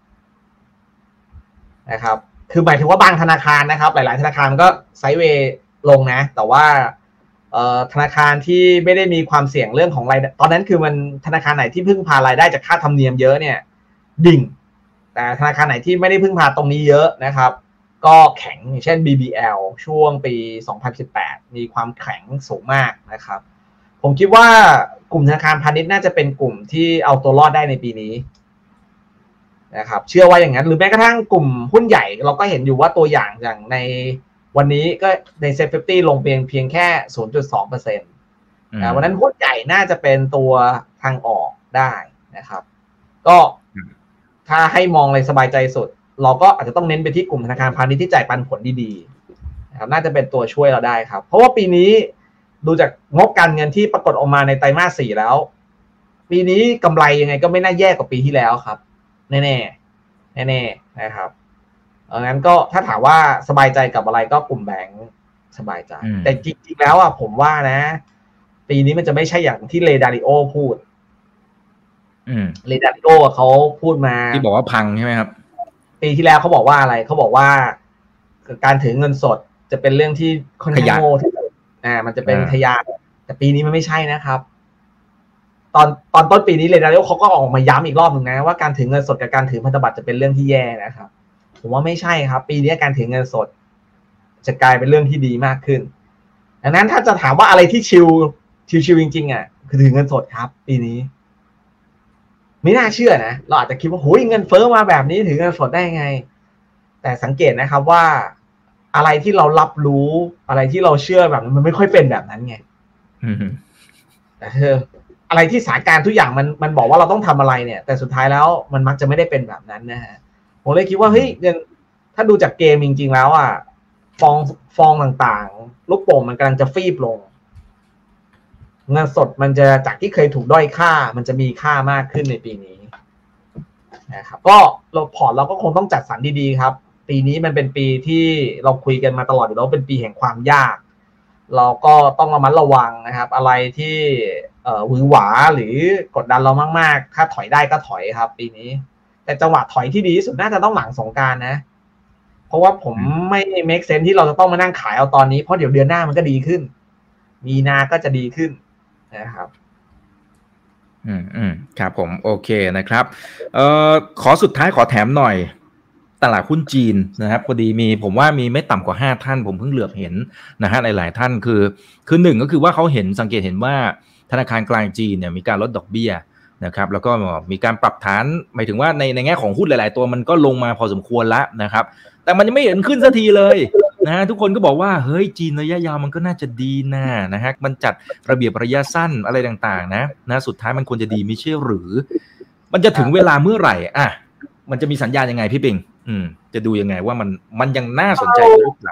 นะครับคือหมายถึงว่าบางธนาคารนะครับหลายๆธนาคารก็ไซด์เวย์ลงนะแต่ว่าธนาคารที่ไม่ได้มีความเสี่ยงเรื่องของรายตอนนั้นคือมันธนาคารไหนที่พึ่งพารายได้จากค่าธรรมเนียมเยอะเนี่ยดิ่งแต่ธนาคารไหนที่ไม่ได้พึ่งพาตรงนี้เยอะนะครับก็แข็งอย่างเช่น บี บี แอล ช่วงปีสองพันสิบแปดมีความแข็งสูงมากนะครับผมคิดว่ากลุ่มธนาคารพาณิชย์น่าจะเป็นกลุ่มที่เอาตัวรอดได้ในปีนี้นะครับเชื่อว่าอย่างนั้นหรือแม้กระทั่งกลุ่มหุ้นใหญ่เราก็เห็นอยู่ว่าตัวอย่างอย่างในวันนี้ก็ใน เซ็ต ห้าสิบ ลงเพียงเพียงแค่ ศูนย์จุดสองเปอร์เซ็นต์ นะวันนั้นหุ้นใหญ่น่าจะเป็นตัวทางออกได้นะครับก็ถ้าให้มองเลยสบายใจสุดเราก็อาจจะต้องเน้นไปที่กลุ่มธนาคารพาณิชย์ที่จ่ายปันผลดีๆนะครับน่าจะเป็นตัวช่วยเราได้ครับเพราะว่าปีนี้ดูจากงบการเงินที่ปรากฏออกมาในไตรมาสสี่แล้วปีนี้กำไรยังไงก็ไม่น่าแย่กว่าปีที่แล้วครับแน่ๆแน่ๆนะครับดังนั้นก็ถ้าถามว่าสบายใจกับอะไรก็กลุ่มแบงก์สบายใจแต่จริงๆแล้วอ่ะผมว่านะปีนี้มันจะไม่ใช่อย่างที่เรดาริโอพูดเรดาริโอเขาพูดมาที่บอกว่าพังใช่ไหมครับปีที่แล้วเขาบอกว่าอะไรเขาบอกว่าการถือเงินสดจะเป็นเรื่องที่ค่อนข้างโง่ที่สุดอ่ามันจะเป็นทะยานแต่ปีนี้มันไม่ใช่นะครับตอนตอนต้นปีนี้เรดาริโอเขาก็ออกมาย้ำอีกรอบหนึ่งนะว่าการถือเงินสดกับการถือพันธบัตรจะเป็นเรื่องที่แย่นะครับผมว่าไม่ใช่ครับปีนี้การถือเงินสดจะกลายเป็นเรื่องที่ดีมากขึ้นดังนั้นถ้าจะถามว่าอะไรที่ชิลชิลๆจริงๆอ่ะคือถือเงินสดครับปีนี้ไม่น่าเชื่อนะเราอาจจะคิดว่าโหยเงินเฟ้อมาแบบนี้ถือเงินสดได้ไงแต่สังเกตนะครับว่าอะไรที่เรารับรู้อะไรที่เราเชื่อแบบนั้นมันไม่ค่อยเป็นแบบนั้นไงแต่เธออะไรที่สถานการณ์ทุกอย่างมันมันบอกว่าเราต้องทำอะไรเนี่ยแต่สุดท้ายแล้วมันมักจะไม่ได้เป็นแบบนั้นนะฮะผมเลยคิดว่าเฮ้ยเงินถ้าดูจากเกมจริงๆแล้วอ่ะฟองฟองต่างๆลูกโป่งมันกำลังจะฟีบลงเงินสดมันจะจากที่เคยถูกด้อยค่ามันจะมีค่ามากขึ้นในปีนี้นะครับก็เราพอร์ตเราก็คงต้องจัดสรรดีๆครับปีนี้มันเป็นปีที่เราคุยกันมาตลอดอยู่แล้วเป็นปีแห่งความยากเราก็ต้องระมัดระวังนะครับอะไรที่เอ่อหวือหวาหรือกดดันเรามากๆถ้าถอยได้ก็ถอยครับปีนี้แต่จังหวะถอยที่ดีที่สุดน่าจะต้องหลังสงกรานต์นะเพราะว่าผมไม่ make sense ที่เราจะต้องมานั่งขายเอาตอนนี้เพราะเดี๋ยวเดือนหน้ามันก็ดีขึ้นมีนาก็จะดีขึ้นนะครับอืมอืมครับผมโอเคนะครับเอ่อขอสุดท้ายขอแถมหน่อยตลาดหุ้นจีนนะครับพอดีมีผมว่ามีไม่ต่ำกว่าห้าท่านผมเพิ่งเหลือบเห็นนะฮะหลายๆท่านคือคือหนึ่งก็คือว่าเขาเห็นสังเกตเห็นว่าธนาคารกลางจีนเนี่ยมีการลดดอกเบี้ยนะครับแล้วก็มีการปรับฐานหมายถึงว่าในในแง่ของหุ้นหลายๆตัวมันก็ลงมาพอสมควรแล้วนะครับแต่มันยังไม่เห็นขึ้นสักทีเลยนะฮะทุกคนก็บอกว่าเฮ้ยจีนระยะยาวมันก็น่าจะดีนะนะฮะมันจัดระเบียบระยะสั้นอะไรต่างๆนะนะสุดท้ายมันควรจะดีไม่ใช่หรือมันจะถึงเวลาเมื่อไหร่อ่ะมันจะมีสัญญาณยังไงพี่ปิงอืมจะดูยังไงว่ามันมันยังน่าสนใจหรือเปล่า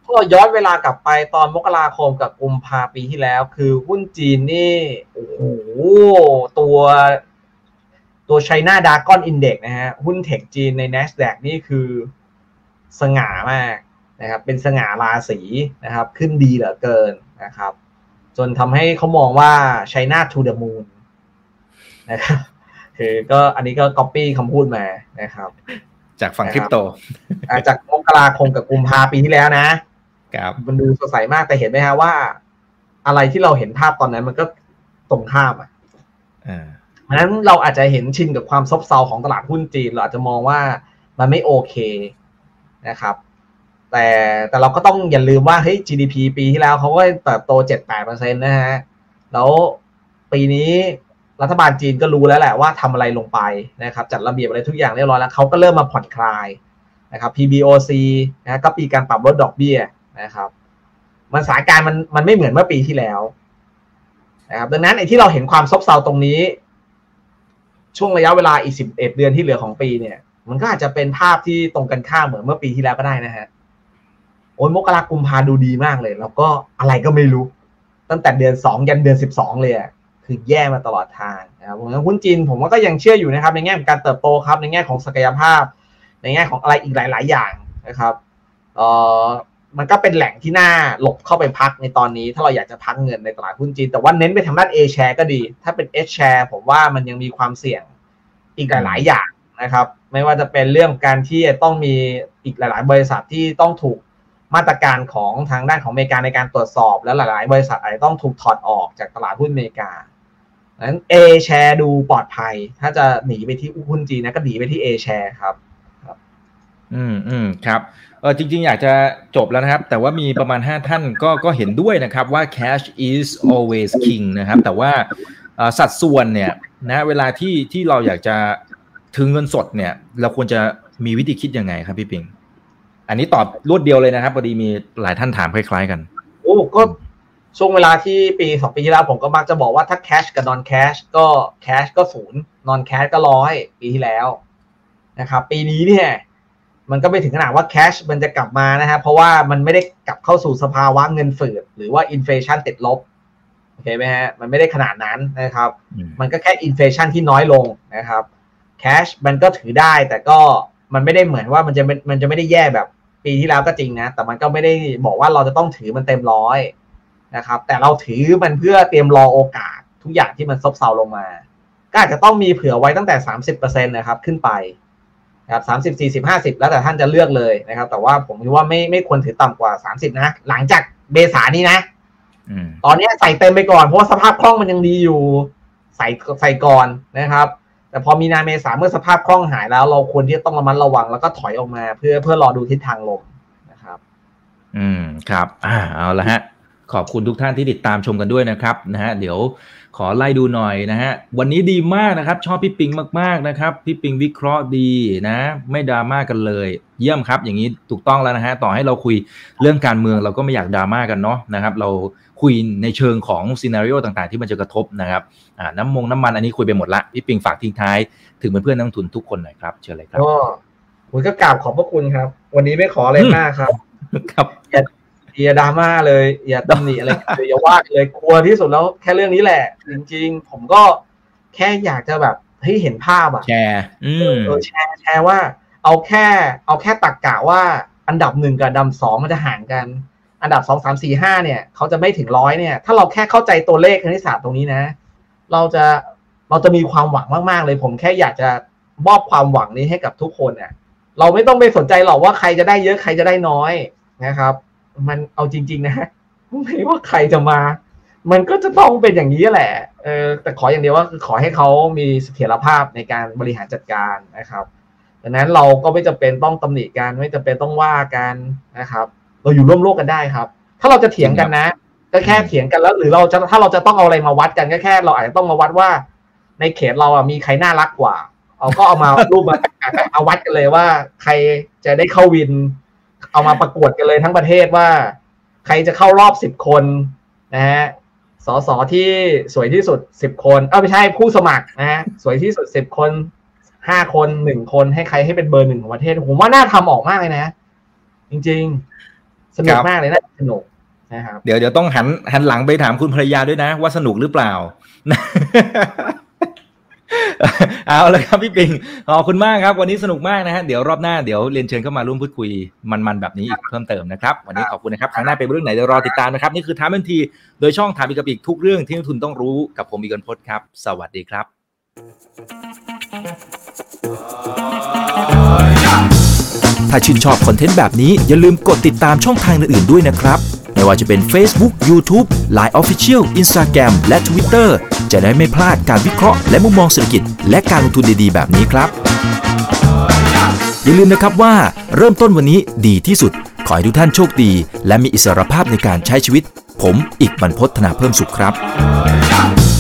ก็ย้อนเวลากลับไปตอนมกราคมกับกุมภาปีที่แล้วคือหุ้นจีนนี่โอ้โหตัวตัว China Dragon Index นะฮะหุ้นเทคจีนใน NASDAQ นี่คือสง่ามากนะครับเป็นสง่าราศีนะครับขึ้นดีเหลือเกินนะครับจนทำให้เขามองว่า China to the moon นะครับคือก็อันนี้ก็ copy คำพูดมานะครับจากฝั่งคริปโตจากมกราคมกับกุมภาปีที่แล้วนะครับมันดูสดใสมากแต่เห็นไหมฮะว่าอะไรที่เราเห็นภาพตอนนั้นมันก็ตรงข้ามอ่ะเพราะฉะนั้นเราอาจจะเห็นชินกับความซบเซาของตลาดหุ้นจีนเราอาจจะมองว่ามันไม่โอเคนะครับแต่แต่เราก็ต้องอย่าลืมว่าเฮ้ย จี ดี พี ปีที่แล้วเขาก็เติบโต เจ็ดถึงแปดเปอร์เซ็นต์ นะฮะแล้วปีนี้รัฐบาลจีนก็รู้แล้วแหละว่าทำอะไรลงไปนะครับจัดระเบียบอะไรทุกอย่างเรียบร้อยแล้วเขาก็เริ่มมาผ่อนคลายนะครับ พี บี โอ ซี นะก็ปีการปรับลดดอกเบี้ยนะครับมันสถานการณ์มันมันไม่เหมือนเมื่อปีที่แล้วนะครับดังนั้นไอ้ที่เราเห็นความซบเซาตรงนี้ช่วงระยะเวลาอีกสิบเอ็ดเดือนที่เหลือของปีเนี่ยมันก็อาจจะเป็นภาพที่ตรงกันข้ามเหมือนเมื่อปีที่แล้วก็ได้นะฮะโอ้ยมกราคมกุมภาดูดีมากเลยแล้วก็อะไรก็ไม่รู้ตั้งแต่เดือนสองยันเดือนสิบสองเลยอ่ะคือแย่มาตลอดทางนะครับหุ้นจีนผมว่าก็ยังเชื่ออยู่นะครับในแง่ของการเติบโตครับในแง่ของศักยภาพในแง่ของอะไรอีกหลายๆอย่างนะครับเอ่อมันก็เป็นแหล่งที่น่าหลบเข้าไปพักในตอนนี้ถ้าเราอยากจะพักเงินในตลาดหุ้นจีนแต่ว่าเน้นไปทางด้าน A share ก็ดีถ้าเป็น H share ผมว่ามันยังมีความเสี่ยงอีกหลายๆอย่างนะครับไม่ว่าจะเป็นเรื่องการที่ต้องมีอีกหลายๆบริษัทที่ต้องถูกมาตรการของทางด้านของอเมริกาในการตรวจสอบและหลายๆบริษัทอาจจะต้องถูกถอดออกจากตลาดหุ้นอเมริกาดังนั้น A share ดูปลอดภัยถ้าจะหนีไปที่หุ้นจีนนะก็หนีไปที่ A share ครับอืมอืมครับเออจริงๆอยากจะจบแล้วนะครับแต่ว่ามีประมาณห้าท่านก็ก็เห็นด้วยนะครับว่า cash is always king นะครับแต่ว่าสัดส่วนเนี่ยนะเวลาที่ที่เราอยากจะถือเงินสดเนี่ยเราควรจะมีวิธีคิดยังไงครับพี่ปิงอันนี้ตอบรวดเดียวเลยนะครับพอดีมีหลายท่านถามคล้ายๆกันโอ้ก็ช่วงเวลาที่ปีสองปีที่แล้วผมก็มักจะบอกว่าถ้า cash กับ non cash ก็ cash ก็ศูนย์ non cash ก็ร้อยปีที่แล้วนะครับปีนี้เนี่ยมันก็ไม่ถึงขนาดว่า cash มันจะกลับมานะฮะเพราะว่ามันไม่ได้กลับเข้าสู่สภาวะเงินฝืดหรือว่า inflation ติดลบโอเคไหมฮะมันไม่ได้ขนาดนั้นนะครับมันก็แค่ inflation ที่น้อยลงนะครับ cash มันก็ถือได้แต่ก็มันไม่ได้เหมือนว่ามันจะมันจะไม่ได้แย่แบบปีที่แล้วก็จริงนะแต่มันก็ไม่ได้บอกว่าเราจะต้องถือมันเต็มร้อยนะครับแต่เราถือมันเพื่อเตรียมรอโอกาสทุกอย่างที่มันซบเซาลงมาก็อาจจะต้องมีเผื่อไว้ตั้งแต่ สามสิบเปอร์เซ็นต์ นะครับขึ้นไปครับสามสิบ สี่สิบ ห้าสิบแล้วแต่ท่านจะเลือกเลยนะครับแต่ว่าผมคิดว่าไม่ไม่ควรถือต่ำกว่าสามสิบนะหลังจากเมษายนนี้นะตอนนี้ใส่เต็มไปก่อนเพราะว่าสภาพคล่องมันยังดีอยู่ใส่ใส่ก่อนนะครับแต่พอมีนาเมษาเมื่อสภาพคล่องหายแล้วเราควรที่จะต้องระมัดระวังแล้วก็ถอยออกมาเพื่อเพื่อรอดูทิศทางลมนะครับอืมครับอ่าเอาละฮะขอบคุณทุกท่านที่ติดตามชมกันด้วยนะครับนะฮะเดี๋ยวขอไล่ดูหน่อยนะฮะวันนี้ดีมากนะครับชอบพี่ปิงมากๆนะครับพี่ปิงวิเคราะห์ดีนะไม่ดราม่ากันเลยเยี่ยมครับอย่างนี้ถูกต้องแล้วนะฮะต่อให้เราคุยเรื่องการเมืองเราก็ไม่อยากดราม่ากันเนาะนะครับเราคุยในเชิงของซีนาริโอต่างๆที่มันจะกระทบนะครับอ่าน้ำมงน้ำมันอันนี้คุยไปหมดละพี่ปิงฝากทิ้งท้ายถึงเพื่อนๆนักลงทุนทุกคนหน่อยครับเชิญเลยครับก็ผมก็กราบขอบพระคุณครับวันนี้ไม่ขออะไรมากครับครับอย่าดราม่าเลยอย่าตำหนิอะไรเลยอย่าว่าเลยกลัวที่สุดแล้วแค่เรื่องนี้แหละจริงๆผมก็แค่อยากจะแบบให้เห็นภาพอ่ะแชร์เออแชร์แชร์ว่าเอาแค่เอาแค่ตรรกะว่าอันดับหนึ่งกับอันดับสองมันจะห่างกันอันดับสองสามสี่ห้าเนี่ยเขาจะไม่ถึงร้อยเนี่ยถ้าเราแค่เข้าใจตัวเลขคณิตศาสตร์ตรงนี้นะเราจะเราจะมีความหวังมากๆเลยผมแค่อยากจะมอบความหวังนี้ให้กับทุกคนเนี่ยเราไม่ต้องไปสนใจหรอกว่าใครจะได้เยอะใครจะได้น้อยนะครับมันเอาจริงๆนะไม่ว่าใครจะมามันก็จะต้องเป็นอย่างนี้แหละเออแต่ขออย่างเดียวว่าคือขอให้เขามีเสถียรภาพในการบริหารจัดการนะครับดังนั้นเราก็ไม่จำเป็นต้องตำหนิกันไม่จำเป็นต้องว่ากันนะครับเราอยู่ร่วมโลกกันได้ครับถ้าเราจะเถียงกันนะก็แค่เถียงกันแล้วหรือเราจะถ้าเราจะต้องเอาอะไรมาวัดกันก็แค่เราอาจจะต้องมาวัดว่าในเขตเราอ่ะมีใครน่ารักกว่าเอาก็เอามารูปมาเอาวัดกันเลยว่าใครจะได้เข้าวินเอามาประกวดกันเลยทั้งประเทศว่าใครจะเข้ารอบสิบคนนะฮะสสที่สวยที่สุดสิบคนเอ้าไม่ใช่ผู้สมัครนะฮะสวยที่สุดสิบคนห้าคนหนึ่งคนให้ใครให้เป็นเบอร์หนึ่งของประเทศผมว่าน่าทำออกมากเลยนะจริงๆสนุกมากเลยนะสนุกนะครับเดี๋ยวเดี๋ยวต้องหันหันหลังไปถามคุณภรรยาด้วยนะว่าสนุกหรือเปล่า เอาเลยครับพี่ปิงขอบคุณมากครับวันนี้สนุกมากนะฮะเดี๋ยวรอบหน้าเดี๋ยวเรียนเชิญเข้ามาร่วมพูดคุยมันๆแบบนี้อีกเพิ่มเติมนะครับวันนี้ขอบคุณนะครับครั้งหน้าเป็นเรื่องไหนเดี๋ยวรอติดตามนะครับนี่คือถามทันทีโดยช่องถามอีกกับอีกทุกเรื่องที่นักทุนต้องรู้กับผมอีกคนพจน์ครับสวัสดีครับถ้าชื่นชอบคอนเทนต์แบบนี้อย่าลืมกดติดตามช่องทางอื่นๆด้วยนะครับไม่ว่าจะเป็น Facebook, YouTube, ไลน์ Official, Instagram และ Twitter จะได้ไม่พลาดการวิเคราะห์และมุมมองเศรษฐกิจและการลงทุนดีๆแบบนี้ครับอย่าลืมนะครับว่าเริ่มต้นวันนี้ดีที่สุดขอให้ทุกท่านโชคดีและมีอิสรภาพในการใช้ชีวิตผมอีกบรรพต ธนาเพิ่มสุขครับ